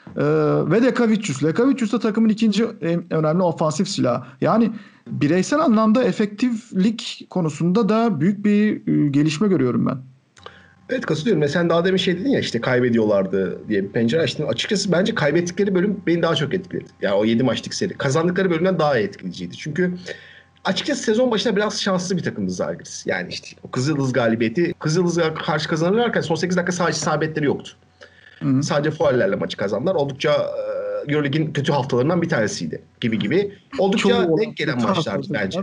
S1: Ve Lekavicius. Lekavicius da takımın ikinci önemli ofansif silahı. Yani bireysel anlamda efektiflik konusunda da büyük bir gelişme görüyorum ben.
S3: Evet katılıyorum. Mesela sen daha demin şey dedin ya işte kaybediyorlardı diye bir pencere açtın. Açıkçası bence kaybettikleri bölüm beni daha çok etkiledi. Yani o 7 maçlık seri. Kazandıkları bölümden daha etkileyiciydi. Çünkü açıkçası sezon başında biraz şanslı bir takımdı Žalgiris. Yani işte o Kızıldız galibiyeti. Kızıldız'a karşı kazanırlarken son 8 dakika sadece isabetleri yoktu. Hı-hı. Sadece faullerle maçı kazandılar. Oldukça Euroleague'in kötü haftalarından bir tanesiydi gibi. Oldukça denk gelen maçlardı bence.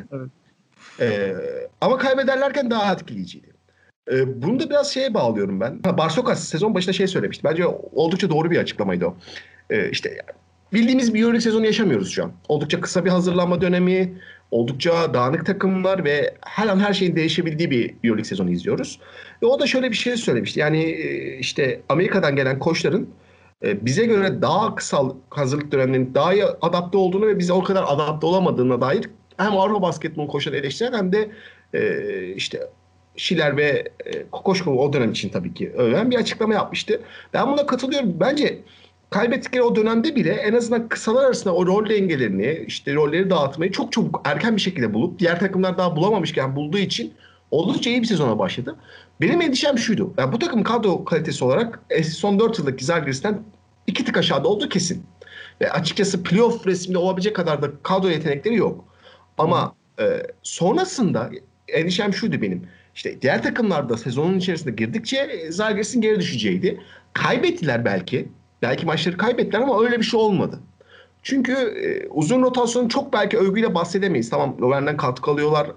S3: Evet. Ama kaybederlerken daha etkileyiciydi. Bunu da biraz şeye bağlıyorum ben. Barsokas sezon başında şey söylemişti. Bence oldukça doğru bir açıklamaydı o. İşte bildiğimiz bir Euroleague sezonu yaşamıyoruz şu an. Oldukça kısa bir hazırlanma dönemi, oldukça dağınık takımlar ve her an her şeyin değişebildiği bir Euroleague sezonu izliyoruz. Ve o da şöyle bir şey söylemişti. Yani işte Amerika'dan gelen koçların bize göre daha kısa hazırlık dönemlerinin daha iyi adapte olduğunu ve bize o kadar adapte olamadığına dair hem Avrupa basketbol koçları eleştiren hem de işte Şiler ve Kokoşkov o dönem için tabii ki öven bir açıklama yapmıştı. Ben buna katılıyorum. Bence kaybettikleri o dönemde bile en azından kısalar arasında o rol dengelerini, işte rolleri dağıtmayı çok çabuk erken bir şekilde bulup diğer takımlar daha bulamamışken bulduğu için oldukça iyi bir sezona başladı. Benim endişem şuydu. Yani bu takım kadro kalitesi olarak son 4 yıldaki Žalgiris'ten 2 tık aşağıda olduğu kesin. Ve açıkçası playoff resminde olabilecek kadar da kadro yetenekleri yok. Ama sonrasında endişem şuydu benim. İşte diğer takımlarda sezonun içerisinde girdikçe Žalgiris'in geri düşeceğiydi. Kaybettiler belki. Belki maçları kaybettiler ama öyle bir şey olmadı. Çünkü uzun rotasyonun çok belki övgüyle bahsedemeyiz. Tamam Lovern'den katkı alıyorlar.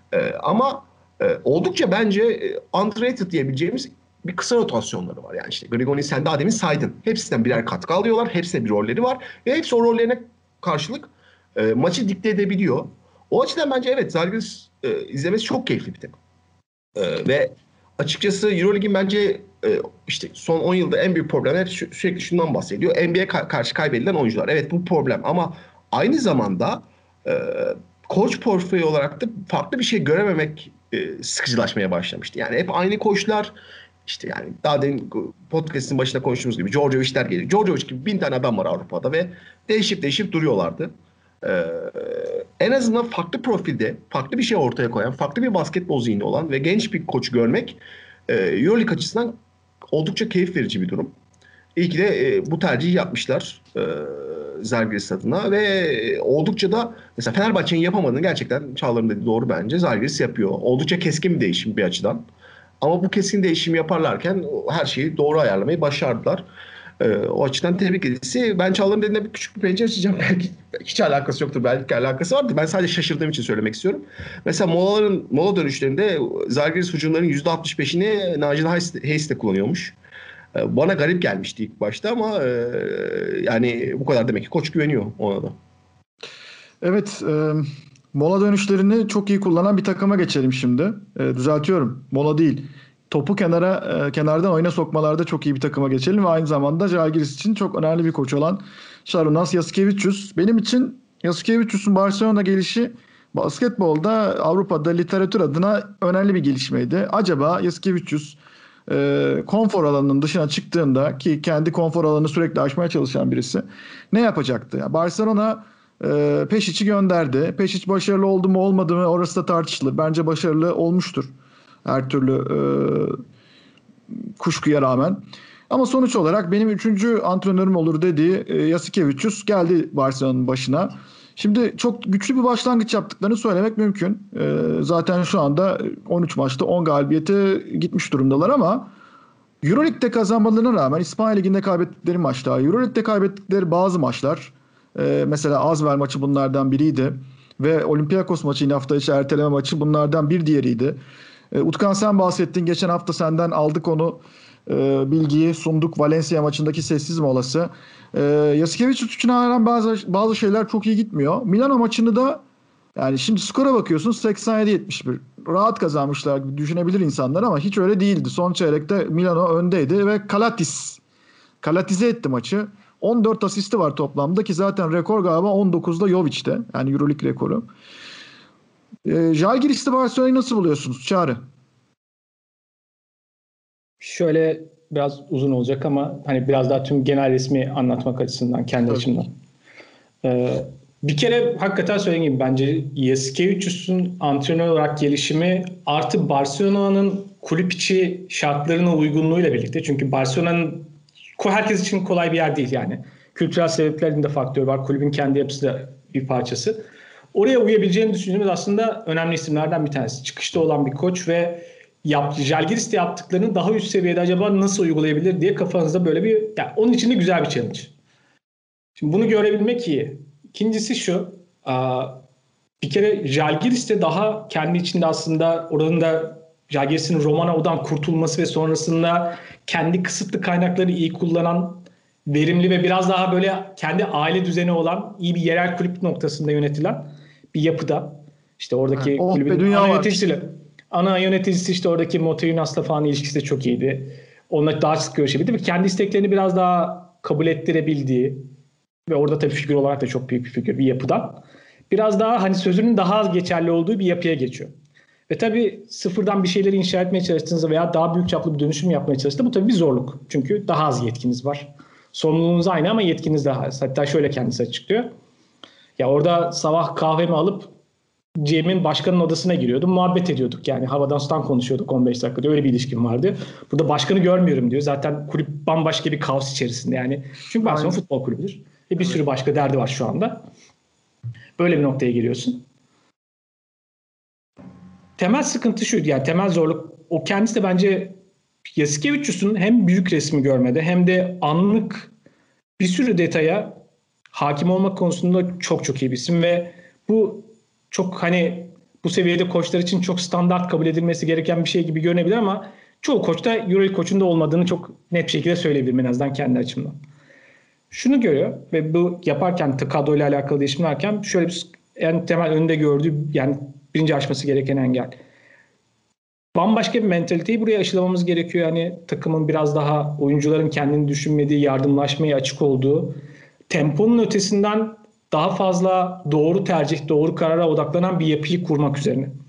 S3: Ama oldukça bence underrated diyebileceğimiz bir kısa rotasyonları var. Yani işte Grigoni sen daha demin saydın. Hepsinden birer katkı alıyorlar. Hepsine bir rolleri var. Ve hepsi o rollerine karşılık maçı dikte edebiliyor. O açıdan bence evet Žalgiris izlemesi çok keyifli bir takım. Ve açıkçası Euroleague'in bence işte son 10 yılda en büyük problemler sürekli şundan bahsediyor. NBA'ye karşı kaybedilen oyuncular. Evet bu problem ama aynı zamanda koç portföyü olarak da farklı bir şey görememek sıkıcılaşmaya başlamıştı. Yani hep aynı koçlar, işte yani daha demin podcast'in başında konuştuğumuz gibi Djordjevic'ler geliyor. Djordjevic gibi 1000 tane adam var Avrupa'da ve değişip duruyorlardı. En azından farklı profilde, farklı bir şey ortaya koyan, farklı bir basketbol zihni olan ve genç bir koç görmek EuroLeague açısından oldukça keyif verici bir durum. İyi ki de bu tercihi yapmışlar Zalgiris adına ve oldukça da mesela Fenerbahçe'nin yapamadığını gerçekten Çağlar'ın dediği doğru bence Zalgiris yapıyor. Oldukça keskin bir değişim bir açıdan. Ama bu keskin değişimi yaparlarken her şeyi doğru ayarlamayı başardılar. O açıdan tebrik edilisi. Ben Çağlar'ın dediğine bir küçük bir pencere açacağım. Belki hiç alakası yoktur. Belki alakası vardır. Ben sadece şaşırdığım için söylemek istiyorum. Mesela mola dönüşlerinde Zalgiris hücumlarının %65'ini Nigel Hayes de kullanıyormuş. Bana garip gelmişti ilk başta ama yani bu kadar demek ki koç güveniyor ona da.
S1: Evet, mola dönüşlerini çok iyi kullanan bir takıma geçelim şimdi. Düzeltiyorum, mola değil. Topu kenardan oyuna sokmalarda çok iyi bir takıma geçelim ve aynı zamanda Žalgiris için çok önemli bir koç olan Šarūnas Jasikevičius. Benim için Jasikevičius'un Barcelona gelişi basketbolda Avrupa'da literatür adına önemli bir gelişmeydi. Acaba Jasikevičius konfor alanının dışına çıktığında, ki kendi konfor alanını sürekli aşmaya çalışan birisi, ne yapacaktı? Yani Barcelona Peşic'i gönderdi. Pešić başarılı oldu mu olmadı mı orası da tartışılır. Bence başarılı olmuştur. Her türlü kuşkuya rağmen. Ama sonuç olarak benim 3. antrenörüm olur dediği Jasikevičius geldi Barcelona'nın başına. Şimdi çok güçlü bir başlangıç yaptıklarını söylemek mümkün. Zaten şu anda 13 maçta 10 galibiyete gitmiş durumdalar ama EuroLeague'de kazanmalarına rağmen İspanya Ligi'nde kaybettikleri maçlar, EuroLeague'de kaybettikleri bazı maçlar, mesela Azver maçı bunlardan biriydi ve Olympiakos maçı yine hafta içi erteleme maçı bunlardan bir diğeriydi. Utkan, sen bahsettin. Geçen hafta senden aldık onu, bilgiyi sunduk. Valencia maçındaki sessiz molası. Jasikevičius için halen bazı şeyler çok iyi gitmiyor. Milano maçını da, yani şimdi skora bakıyorsun 87-71. Rahat kazanmışlar gibi düşünebilir insanlar ama hiç öyle değildi. Son çeyrekte Milano öndeydi ve Kalatize etti maçı. 14 asisti var toplamda ki zaten rekor galiba 19'da Jovic'te. Yani EuroLeague rekoru. Žalgiris'te Barcelona'yı nasıl buluyorsunuz Çağrı?
S2: Şöyle biraz uzun olacak ama hani biraz daha tüm genel resmi anlatmak açısından kendi açımdan. Bir kere hakikaten söylediğim gibi bence Jasikevičius'un antrenör olarak gelişimi artı Barcelona'nın kulüp içi şartlarına uygunluğuyla birlikte. Çünkü Barcelona'nın herkes için kolay bir yer değil yani. Kültürel sebeplerin de faktörü var. Kulübün kendi yapısı da bir parçası. Oraya uyabileceğini düşündüğümüz aslında önemli isimlerden bir tanesi. Çıkışta olan bir koç ve Žalgiris'te yaptıklarını daha üst seviyede acaba nasıl uygulayabilir diye kafanızda böyle bir, yani onun için de güzel bir challenge. Şimdi bunu görebilmek iyi. İkincisi şu, bir kere Žalgiris'te daha kendi içinde aslında oranın da Žalgiris'in Romanov'dan kurtulması ve sonrasında kendi kısıtlı kaynakları iyi kullanan, verimli ve biraz daha böyle kendi aile düzeni olan iyi bir yerel kulüp noktasında yönetilen bir yapıda. İşte oradaki kulübün ana yöneticisiyle. Ana yöneticisi işte oradaki Moteyunas'la falan ilişkisi de çok iyiydi. Onunla daha sık görüşebildi ve kendi isteklerini biraz daha kabul ettirebildiği ve orada tabii figür olarak da çok büyük bir figür bir yapıdan. Biraz daha hani sözünün daha az geçerli olduğu bir yapıya geçiyor. Ve tabii sıfırdan bir şeyleri inşa etmeye çalıştığınızda veya daha büyük çaplı bir dönüşüm yapmaya çalıştığınızda bu tabii bir zorluk. Çünkü daha az yetkiniz var. Sorumluluğunuz aynı ama yetkiniz daha az. Hatta şöyle kendisi açıklıyor. Ya orada sabah kahvemi alıp GM'in başkanın odasına giriyordum. Muhabbet ediyorduk. Yani havadan sudan konuşuyorduk 15 dakikada. Öyle bir ilişkim vardı. Burada başkanı görmüyorum diyor. Zaten kulüp bambaşka bir kaos içerisinde yani. Çünkü Barcelona futbol kulübüdür. Bir sürü başka derdi var şu anda. Böyle bir noktaya geliyorsun. Temel sıkıntı şu, yani temel zorluk o kendisi de bence Jasikevičius'un hem büyük resmi görmede hem de anlık bir sürü detaya hakim olmak konusunda çok çok iyi bir isim ve bu çok hani bu seviyede koçlar için çok standart kabul edilmesi gereken bir şey gibi görünebilir ama çoğu koçta EuroLeague koçunda olmadığını çok net bir şekilde söyleyebilirim en azından kendi açımdan. Şunu görüyor ve bu yaparken kadroyla alakalı değişimlerken şöyle bir en temel önünde gördüğü yani birinci aşması gereken engel. Bambaşka bir mentaliteyi buraya aşılamamız gerekiyor. Yani takımın biraz daha oyuncuların kendini düşünmediği, yardımlaşmaya açık olduğu, temponun ötesinden daha fazla doğru tercih, doğru karara odaklanan bir yapıyı kurmak üzerine.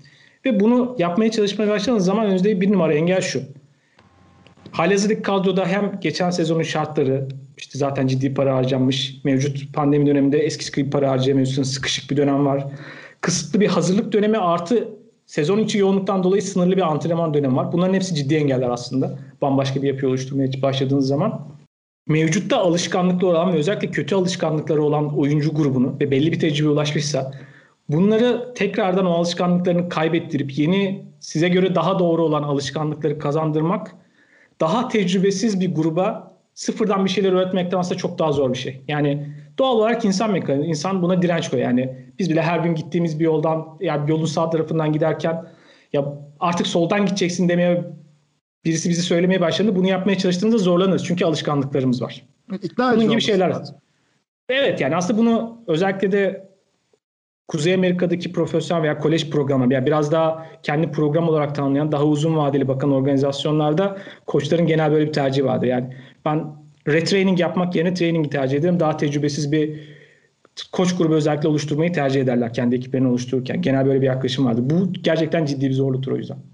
S2: Ve bunu yapmaya çalışmaya başladığınız zaman önünüzde bir numara engel şu. Halihazırdaki kadroda hem geçen sezonun şartları, işte zaten ciddi para harcanmış, mevcut pandemi döneminde eskisi gibi para harcayamıyorsun, sıkışık bir dönem var. Kısıtlı bir hazırlık dönemi artı sezon içi yoğunluktan dolayı sınırlı bir antrenman dönemi var. Bunların hepsi ciddi engeller aslında. Bambaşka bir yapı oluşturmaya başladığınız zaman. Mevcutta alışkanlıkları olan ve özellikle kötü alışkanlıkları olan oyuncu grubunu ve belli bir tecrübeye ulaşmışsa bunları tekrardan o alışkanlıklarını kaybettirip yeni size göre daha doğru olan alışkanlıkları kazandırmak daha tecrübesiz bir gruba sıfırdan bir şeyler öğretmekten aslında çok daha zor bir şey. Yani doğal olarak insan buna direnç koyuyor. Yani biz bile her gün gittiğimiz bir yoldan, yani yolun sağ tarafından giderken ya artık soldan gideceksin demeye birisi bizi söylemeye başladığında bunu yapmaya çalıştığımızda zorlanırız. Çünkü alışkanlıklarımız var. Bunun gibi şeyler var. Evet, yani aslında bunu özellikle de Kuzey Amerika'daki profesyonel veya kolej programı, yani biraz daha kendi program olarak tanımlayan, daha uzun vadeli bakan organizasyonlarda koçların genel böyle bir tercihi vardır. Yani ben retraining yapmak yerine training'i tercih ederim. Daha tecrübesiz bir koç grubu özellikle oluşturmayı tercih ederler kendi ekiplerini oluştururken. Genel böyle bir yaklaşım vardır. Bu gerçekten ciddi bir zorluktur o yüzden.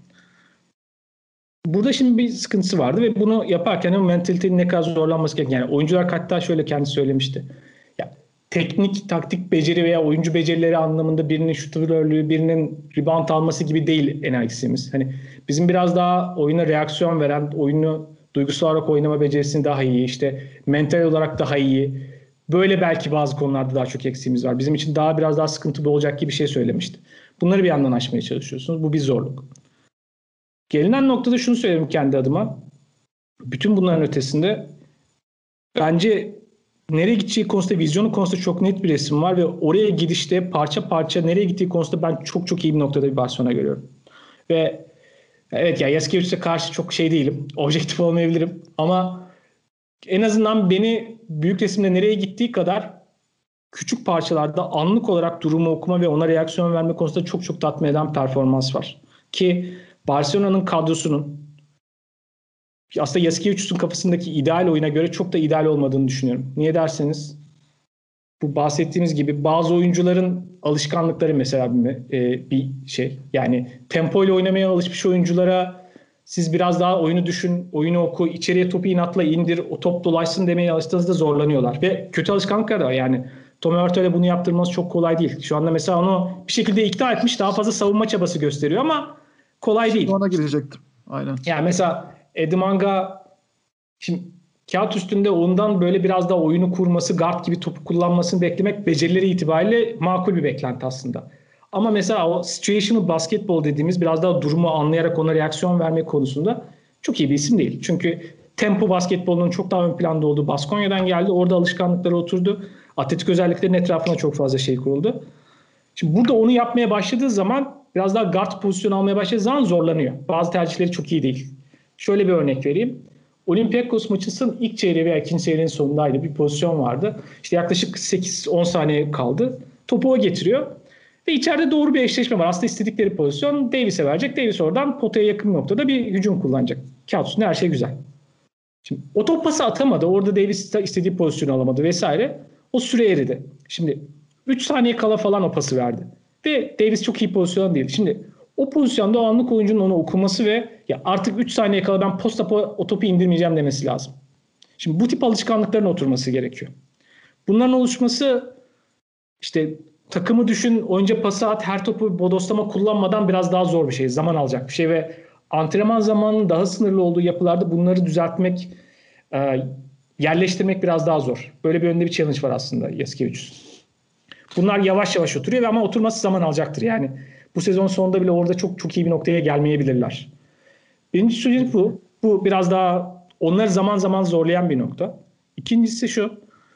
S2: Burada şimdi bir sıkıntısı vardı ve bunu yaparken o mentalitenin ne kadar zorlanması gerekiyor. Yani oyuncular hatta şöyle kendisi söylemişti. Ya, teknik, taktik beceri veya oyuncu becerileri anlamında birinin şutörlüğü, birinin rebound alması gibi değil en eksiğimiz. Hani bizim biraz daha oyuna reaksiyon veren, oyunu duygusal olarak oynama becerisini daha iyi, işte mental olarak daha iyi. Böyle belki bazı konularda daha çok eksiğimiz var. Bizim için biraz daha sıkıntılı olacak gibi bir şey söylemişti. Bunları bir yandan aşmaya çalışıyorsunuz. Bu bir zorluk. Gelinen noktada şunu söylerim kendi adıma. Bütün bunların ötesinde bence nereye gideceği konusunda, vizyonu konusunda çok net bir resim var ve oraya gidişte parça parça nereye gittiği konusunda ben çok çok iyi bir noktada bir Barcelona görüyorum. Ve evet, ya Jaskiewicz'e karşı çok şey değilim. Objektif olmayabilirim ama en azından beni büyük resimde nereye gittiği kadar küçük parçalarda anlık olarak durumu okuma ve ona reaksiyon verme konusunda çok çok tatmin eden performans var. Ki Barcelona'nın kadrosunun aslında Jaskiewicz'in kafasındaki ideal oyuna göre çok da ideal olmadığını düşünüyorum. Niye derseniz bu bahsettiğimiz gibi bazı oyuncuların alışkanlıkları mesela bir şey. Yani tempoyla oynamaya alışmış oyunculara siz biraz daha oyunu düşün, oyunu oku, içeriye topu inatla indir, o top dolaşsın demeye alıştığınızda zorlanıyorlar. Ve kötü alışkanlıklar da var. Yani Tommy Hurtel'e bunu yaptırması çok kolay değil. Şu anda mesela onu bir şekilde ikna etmiş, daha fazla savunma çabası gösteriyor ama kolay değil.
S1: Ona girecektim. Aynen.
S2: Yani mesela Edimanga şimdi kağıt üstünde ondan böyle biraz daha oyunu kurması, guard gibi topu kullanmasını beklemek becerileri itibariyle makul bir beklenti aslında. Ama mesela o situational basketball dediğimiz biraz daha durumu anlayarak ona reaksiyon verme konusunda çok iyi bir isim değil. Çünkü tempo basketbolunun çok daha ön planda olduğu Baskonya'dan geldi. Orada alışkanlıkları oturdu. Atletik özelliklerin etrafına çok fazla şey kuruldu. Şimdi burada onu yapmaya başladığı zaman biraz daha guard pozisyonu almaya başladığı zaman zorlanıyor. Bazı tercihleri çok iyi değil. Şöyle bir örnek vereyim. Olympiakos maçının ilk çeyreği veya ikinci çeyreğin sonundaydı. Bir pozisyon vardı. İşte yaklaşık 8-10 saniye kaldı. Topu o getiriyor. Ve içeride doğru bir eşleşme var. Aslında istedikleri pozisyon Davis'e verecek. Davis oradan potaya yakın noktada bir hücum kullanacak. Kağıt üstünde her şey güzel. Şimdi o top pası atamadı. Orada Davis istediği pozisyonu alamadı vesaire. O süre eridi. Şimdi 3 saniye kala falan o pası verdi. Ve Davis çok iyi pozisyon değil. Şimdi o pozisyonda o anlık oyuncunun onu okuması ve ya artık 3 saniye kala ben post-up'a o topu indirmeyeceğim demesi lazım. Şimdi bu tip alışkanlıkların oturması gerekiyor. Bunların oluşması işte takımı düşün, oyunca pası at, her topu bodoslama kullanmadan biraz daha zor bir şey. Zaman alacak bir şey ve antrenman zamanının daha sınırlı olduğu yapılarda bunları düzeltmek, yerleştirmek biraz daha zor. Böyle bir önünde bir challenge var aslında Jaskiewicz'in. Bunlar yavaş yavaş oturuyor ama oturması zaman alacaktır. Yani bu sezon sonunda bile orada çok çok iyi bir noktaya gelmeyebilirler. Birinci söylediğim bu. Bu biraz daha onları zaman zaman zorlayan bir nokta. İkincisi şu.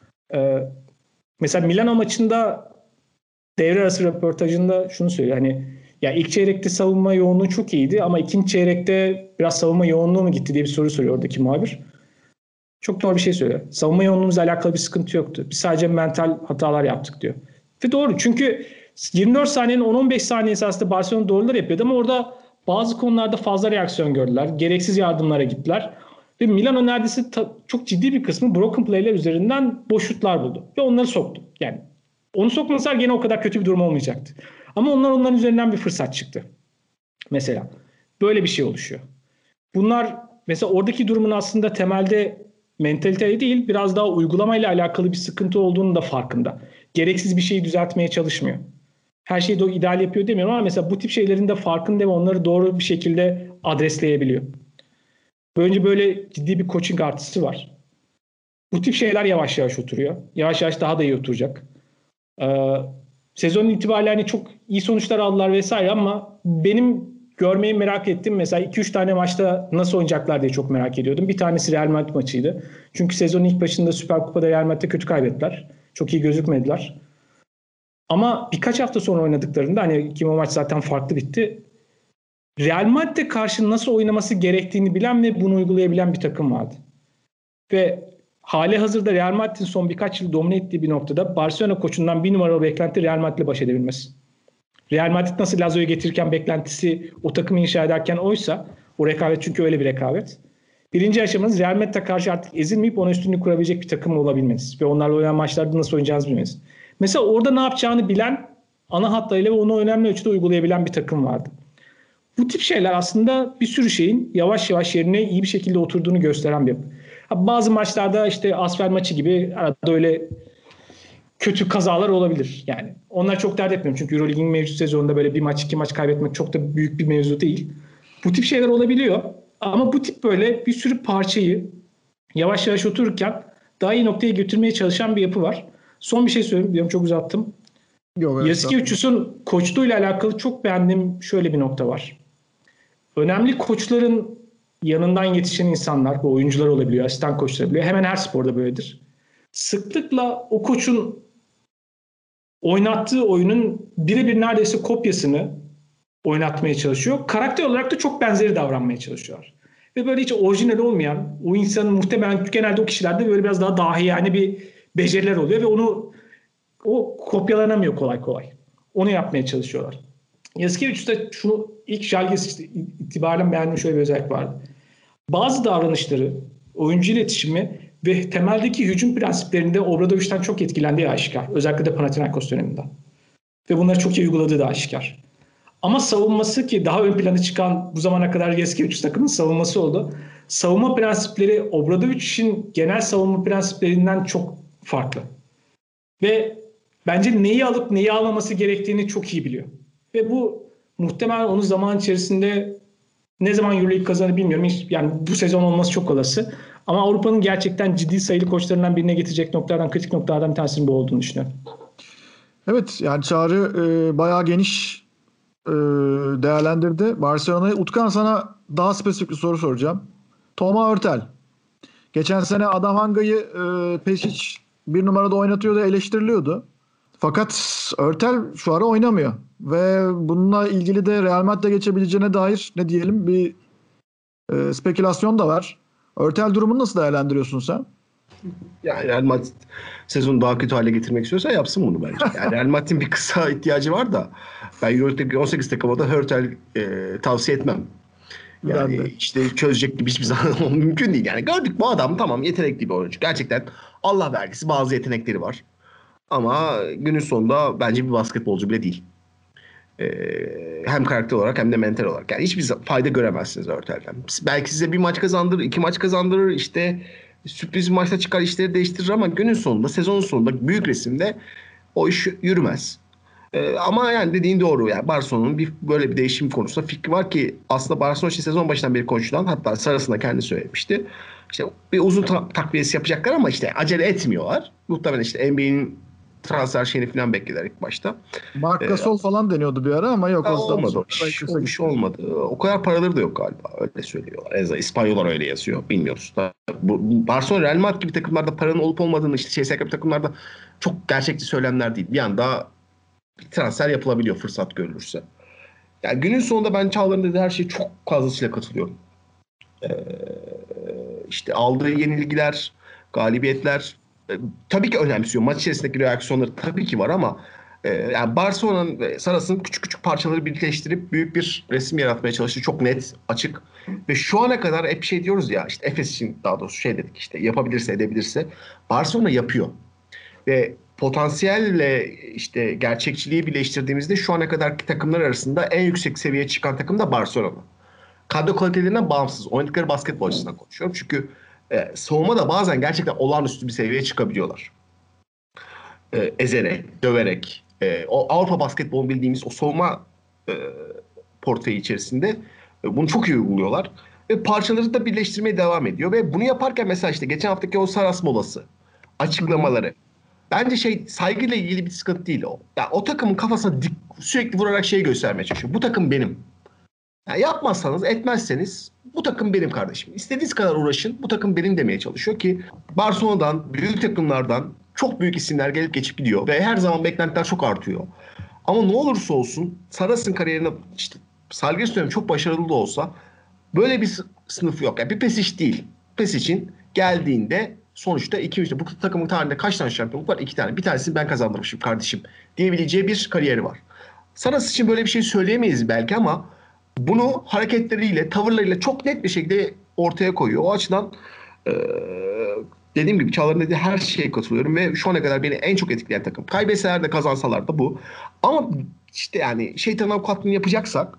S2: Mesela Milano maçında devre arası röportajında şunu söylüyor. Hani ya ilk çeyrekte savunma yoğunluğu çok iyiydi ama ikinci çeyrekte biraz savunma yoğunluğu mu gitti diye bir soru soruyor oradaki muhabir. Çok doğru bir şey söylüyor. Savunma yoğunluğumuzla alakalı bir sıkıntı yoktu. Biz sadece mental hatalar yaptık diyor. Ve doğru, çünkü 24 saniyenin 10-15 saniyesi aslında Barcelona doğrular yapıyordu ama orada bazı konularda fazla reaksiyon gördüler. Gereksiz yardımlara gittiler. Ve Milano neredeyse çok ciddi bir kısmı broken play'ler üzerinden boş şutlar buldu. Ve onları soktu. Yani onu sokmasalar gene o kadar kötü bir durum olmayacaktı. Ama onların üzerinden bir fırsat çıktı. Mesela böyle bir şey oluşuyor. Bunlar mesela oradaki durumun aslında temelde mentalite değil, biraz daha uygulamayla alakalı bir sıkıntı olduğunu da farkında. Gereksiz bir şeyi düzeltmeye çalışmıyor. Her şeyi de ideal yapıyor demiyorum ama mesela bu tip şeylerin de farkında ve onları doğru bir şekilde adresleyebiliyor. Böylece böyle ciddi bir coaching artısı var. Bu tip şeyler yavaş yavaş oturuyor. Yavaş yavaş daha da iyi oturacak. Sezon itibariyle hani çok iyi sonuçlar aldılar vesaire ama benim görmeyi merak ettim. Mesela 2-3 tane maçta nasıl oynayacaklar diye çok merak ediyordum. Bir tanesi Real Madrid maçıydı. Çünkü sezonun ilk başında Süper Kupa'da Real Madrid'de kötü kaybettiler. Çok iyi gözükmediler. Ama birkaç hafta sonra oynadıklarında hani ki o maç zaten farklı bitti. Real Madrid'e karşı nasıl oynaması gerektiğini bilen ve bunu uygulayabilen bir takım vardı. Ve hali hazırda Real Madrid'in son birkaç yıl domine ettiği bir noktada Barcelona koçundan bir numaralı beklenti Real Madrid'le baş edebilmesi. Real Madrid nasıl Lazio'yu getirirken beklentisi o takımı inşa ederken oysa o rekabet çünkü öyle bir rekabet. Birinci aşamanız Real Madrid'e karşı artık ezilmeyip ona üstünlük kurabilecek bir takım olabilmeniz. Ve onlarla oynanan maçlarda nasıl oynayacağınızı bilmeniz. Mesela orada ne yapacağını bilen ana hatlarıyla ve onu önemli ölçüde uygulayabilen bir takım vardı. Bu tip şeyler aslında bir sürü şeyin yavaş yavaş yerine iyi bir şekilde oturduğunu gösteren bir yapı. Bazı maçlarda işte Asfer maçı gibi arada öyle kötü kazalar olabilir. Yani onlar çok dert etmiyorum. Çünkü Euroleague'in mevcut sezonunda böyle bir maç iki maç kaybetmek çok da büyük bir mevzu değil. Bu tip şeyler olabiliyor. Ama bu tip böyle bir sürü parçayı yavaş yavaş otururken daha iyi noktaya götürmeye çalışan bir yapı var. Son bir şey söyleyeyim. Biliyorum çok uzattım. Jasikevičius'un koçluğuyla alakalı çok beğendiğim şöyle bir nokta var. Önemli koçların yanından yetişen insanlar, bu oyuncular olabiliyor, asistan koçlar olabiliyor. Hemen her sporda böyledir. Sıklıkla o koçun oynattığı oyunun birebir neredeyse kopyasını oynatmaya çalışıyor. Karakter olarak da çok benzeri davranmaya çalışıyorlar. Ve böyle hiç orijinal olmayan, o insanın muhtemelen genelde o kişilerde böyle biraz daha dahi yani bir beceriler oluyor ve o kopyalanamıyor kolay kolay. Onu yapmaya çalışıyorlar. Jasikevičius'ta şunu ilk Žalgiris itibaren beğendiğim şöyle bir özellik vardı. Bazı davranışları, oyuncu iletişimi ve temeldeki hücum prensiplerinde Obradović'ten çok etkilendiği aşikar. Özellikle de Panathinaikos döneminde. Ve bunları çok iyi uyguladığı da aşikar. Ama savunması ki daha ön plana çıkan bu zamana kadar Jasikevičius takımının savunması oldu. Savunma prensipleri Obradović'in genel savunma prensiplerinden çok farklı. Ve bence neyi alıp neyi almaması gerektiğini çok iyi biliyor. Ve bu muhtemelen onu zaman içerisinde ne zaman Euroleague kazanır bilmiyorum. Yani bu sezon olması çok olası. Ama Avrupa'nın gerçekten ciddi sayılı koçlarından birine getirecek noktalardan, kritik noktalardan bir tanesinin bu olduğunu düşünüyorum.
S1: Evet yani Çağrı bayağı geniş değerlendirdi Barcelona'yı. Utkan sana daha spesifik bir soru soracağım. Toma Hörtel. Geçen sene Adam Hanga'yı Pešić bir numarada oynatıyordu, eleştiriliyordu. Fakat Hörtel şu ara oynamıyor. Ve bununla ilgili de Real Madrid'e geçebileceğine dair ne diyelim bir spekülasyon da var. Hörtel durumunu nasıl değerlendiriyorsun sen?
S3: Yani Real Madrid sezonu daha kötü hale getirmek istiyorsa yapsın bunu bence. Yani Real Madrid'in bir kısa ihtiyacı var da ben Euroleague'deki 18 takımda Hörtel tavsiye etmem. Yani işte çözecek gibi hiçbir zaman mümkün değil. Yani gördük bu adam tamam yetenekli bir oyuncu. Gerçekten Allah vergisi bazı yetenekleri var. Ama günün sonunda bence bir basketbolcu bile değil. Hem karakter olarak hem de mental olarak. Yani hiçbir fayda göremezsiniz Hörtel'den. Belki size bir maç kazandırır, 2 maç kazandırır. İşte sürpriz bir maçta çıkar işleri değiştirir ama günün sonunda, sezonun sonunda büyük resimde o iş yürümez. Ama yani dediğin doğru. Yani Barcelona'nın böyle bir değişim konusunda fikri var ki aslında Barcelona işte sezon başından beri konuşulan hatta sırasında kendi söylemişti. İşte bir uzun takviyesi yapacaklar ama işte acele etmiyorlar. Muhtemelen işte NBA'nin transfer şeyini falan beklediler ilk başta.
S1: Marc Gasol falan deniyordu bir ara ama yok.
S3: Olmadı o iş olmadı. O kadar paraları da yok galiba. Öyle söylüyorlar. İspanyollar öyle yazıyor. Bilmiyoruz. Barcelona, Real Madrid gibi takımlarda paranın olup olmadığını işte CSK gibi takımlarda çok gerçekçi söylemler değil. Bir anda bir transfer yapılabiliyor fırsat görülürse. Yani günün sonunda ben Çağlar'ın dediği her şeye çok fazlasıyla katılıyorum. İşte aldığı yenilgiler, galibiyetler tabii ki önemsiyor. Maç içerisindeki reaksiyonları tabii ki var ama yani Barcelona'nın ve Saras'ın küçük küçük parçaları birleştirip büyük bir resim yaratmaya çalıştığı çok net, açık. Ve şu ana kadar hep şey diyoruz ya işte Efes için daha doğrusu şey dedik işte yapabilirse edebilirse Barcelona yapıyor. Ve potansiyelle işte gerçekçiliği birleştirdiğimizde şu ana kadarki takımlar arasında en yüksek seviyeye çıkan takım da Barcelona. Kadro kalitelerinden bağımsız. Oynadıkları basketbol açısından konuşuyorum. Çünkü savunma da bazen gerçekten olağanüstü bir seviyeye çıkabiliyorlar. Ezerek, döverek. O Avrupa basketbolu bildiğimiz o savunma portföyü içerisinde bunu çok iyi uyguluyorlar. Ve parçaları da birleştirmeye devam ediyor. Ve bunu yaparken mesela işte geçen haftaki o Saras molası, açıklamaları. Bence saygıyla ilgili bir sıkıntı değil o. Ya o takımın kafasına sürekli vurarak göstermeye çalışıyor. Bu takım benim. Yani yapmazsanız, etmezseniz bu takım benim kardeşim. İstediğiniz kadar uğraşın. Bu takım benim demeye çalışıyor ki Barcelona'dan, büyük takımlardan çok büyük isimler gelip geçip gidiyor ve her zaman beklentiler çok artıyor. Ama ne olursa olsun Saras'ın kariyerine işte Salgir's dönemi çok başarılı da olsa böyle bir sınıf yok. Yani bir Pesic değil. Pesic'in geldiğinde sonuçta 2-3 bu takımın tarihinde kaç tane şampiyonluk var? 2 tane. Bir tanesini ben kazandırmışım kardeşim diyebileceği bir kariyeri var. Saras için böyle bir şey söyleyemeyiz belki ama bunu hareketleriyle, tavırlarıyla çok net bir şekilde ortaya koyuyor. O açıdan dediğim gibi Çağlar'ın dediği her şeye katılıyorum ve şu ana kadar beni en çok etkileyen takım. Kaybetseler de kazansalar da bu. Ama işte yani şeytan avukatlığını yapacaksak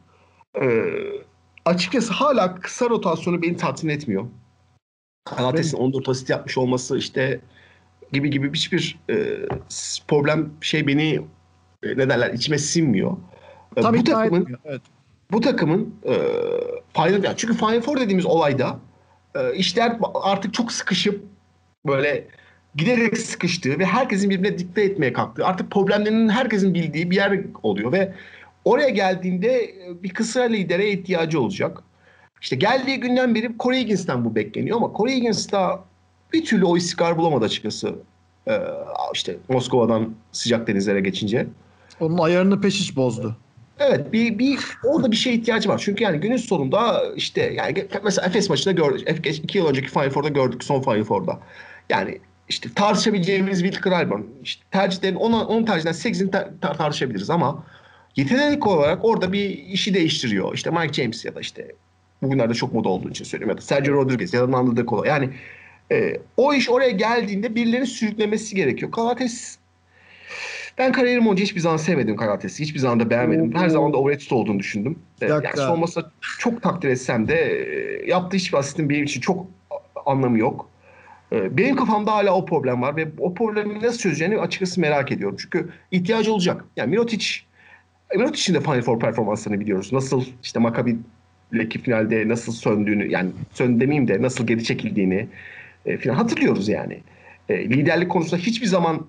S3: açıkçası hala kısa rotasyonu beni tatmin etmiyor. Galates'in 14 asist yapmış olması işte gibi hiçbir problem beni ne derler içime sinmiyor.
S1: Tam ikna etmiyor. Evet.
S3: Bu takımın Final, çünkü Final Four dediğimiz olayda işler artık çok sıkışıp böyle giderek sıkıştığı ve herkesin birbirine dikte etmeye kalktığı, artık problemlerinin herkesin bildiği bir yer oluyor ve oraya geldiğinde bir kısa lidere ihtiyacı olacak. İşte geldiği günden beri Corey Higgins'ten bu bekleniyor ama Corey Higgins daha bir türlü o istikrar bulamadı açıkçası. İşte Moskova'dan sıcak denizlere geçince.
S1: Onun ayarını Pešić bozdu.
S3: Evet, orada bir şeye ihtiyacı var. Çünkü yani günün sonunda işte yani mesela Efes maçında gördük. 2 yıl önceki Final Four'da gördük, son Final Four'da. Yani işte tartışabileceğimiz Will Clyburn, işte tercihlerin onun tercihinden 8'ini tartışabiliriz ama yetenek olarak orada bir işi değiştiriyor. İşte Mike James ya da işte bugünlerde çok moda olduğu için söylüyorum ya da Sergio Rodriguez ya da Nando De Colo. Yani o iş oraya geldiğinde birilerinin sürüklemesi gerekiyor. Kalates, ben kariyerim boyunca hiçbir zaman sevmedim Karates'i. Hiçbir zaman da beğenmedim. Her zaman da overrated olduğunu düşündüm. Yani olmasa çok takdir etsem de yaptığı hiçbir asistin benim için çok anlamı yok. Benim kafamda hala o problem var ve o problemi nasıl çözeceğini açıkçası merak ediyorum. Çünkü ihtiyacı olacak. Yani Mirotic'in de Final Four performanslarını biliyoruz. Nasıl işte Maccabi'deki finalde nasıl söndüğünü, yani söndü demeyeyim de nasıl geri çekildiğini falan hatırlıyoruz yani. Liderlik konusunda hiçbir zaman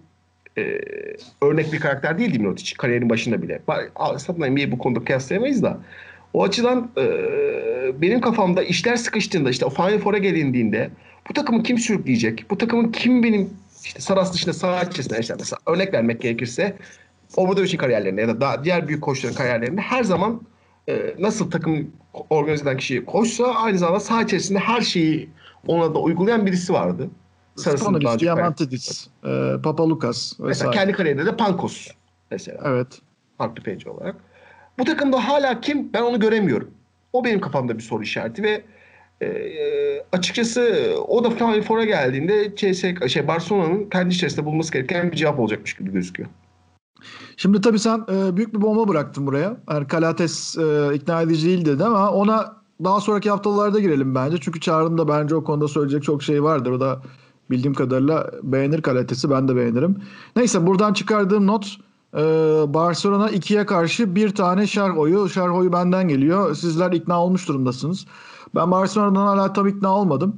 S3: örnek bir karakter değildi Mirotic kariyerin başında bile. Aslında NBA'yi bu konuda kıyaslayamayız da. O açıdan benim kafamda işler sıkıştığında işte o Final Four'a gelindiğinde bu takımı kim sürükleyecek? Bu takımın kim benim işte Saras dışında saha içerisinde işte mesela örnek vermek gerekirse Obradovic'in kariyerlerinde ya da daha diğer büyük koçların kariyerlerinde her zaman nasıl takım organize eden kişi koçsa aynı zamanda saha içerisinde her şeyi ona da uygulayan birisi vardı.
S1: Stanovic, Diamantidis, Papalukas vesaire.
S3: Mesela kendi kariyerinde de Pankos mesela.
S1: Evet.
S3: Farklı pençe olarak. Bu takımda hala kim? Ben onu göremiyorum. O benim kafamda bir soru işareti ve açıkçası o da Final Four'a geldiğinde Barcelona'nın kendi içerisinde bulması gereken bir cevap olacakmış gibi gözüküyor.
S1: Şimdi tabii sen büyük bir bomba bıraktın buraya. Yani Kalates ikna edici değil dedi ama ona daha sonraki haftalarda girelim bence. Çünkü Çağrı'nın da bence o konuda söyleyecek çok şey vardır. O da bildiğim kadarıyla beğenir Kalates'i. Ben de beğenirim. Neyse buradan çıkardığım not Barcelona 2'ye karşı bir tane şerh oyu. Şerh oyu benden geliyor. Sizler ikna olmuş durumdasınız. Ben Barcelona'dan hala tam ikna olmadım.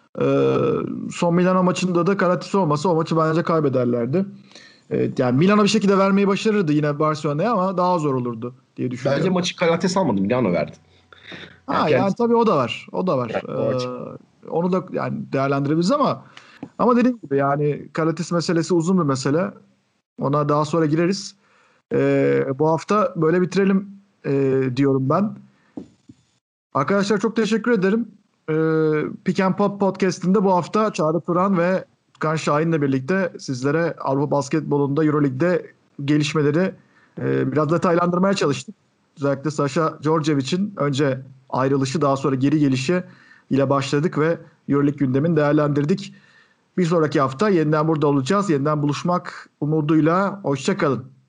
S1: Son Milano maçında da Kalates olmasa o maçı bence kaybederlerdi. Yani Milano bir şekilde vermeyi başarırdı yine Barcelona'ya ama daha zor olurdu diye düşünüyorum.
S3: Bence maçı Kalates almadı. Milano verdi.
S1: Yani tabii o da var. O da var. Onu da yani değerlendirebiliriz ama dediğim gibi yani Kalates meselesi uzun bir mesele. Ona daha sonra gireriz. Bu hafta böyle bitirelim diyorum ben. Arkadaşlar çok teşekkür ederim. Pick and Pop Podcast'inde bu hafta Çağrı Turan ve Kan Şahin'le birlikte sizlere Avrupa basketbolunda Euroleague'de gelişmeleri biraz detaylandırmaya çalıştık. Özellikle Sasha Djordjevic'in önce ayrılışı daha sonra geri gelişi ile başladık ve Euroleague gündemini değerlendirdik. Bir sonraki hafta yeniden burada olacağız. Yeniden buluşmak umuduyla. Hoşça kalın.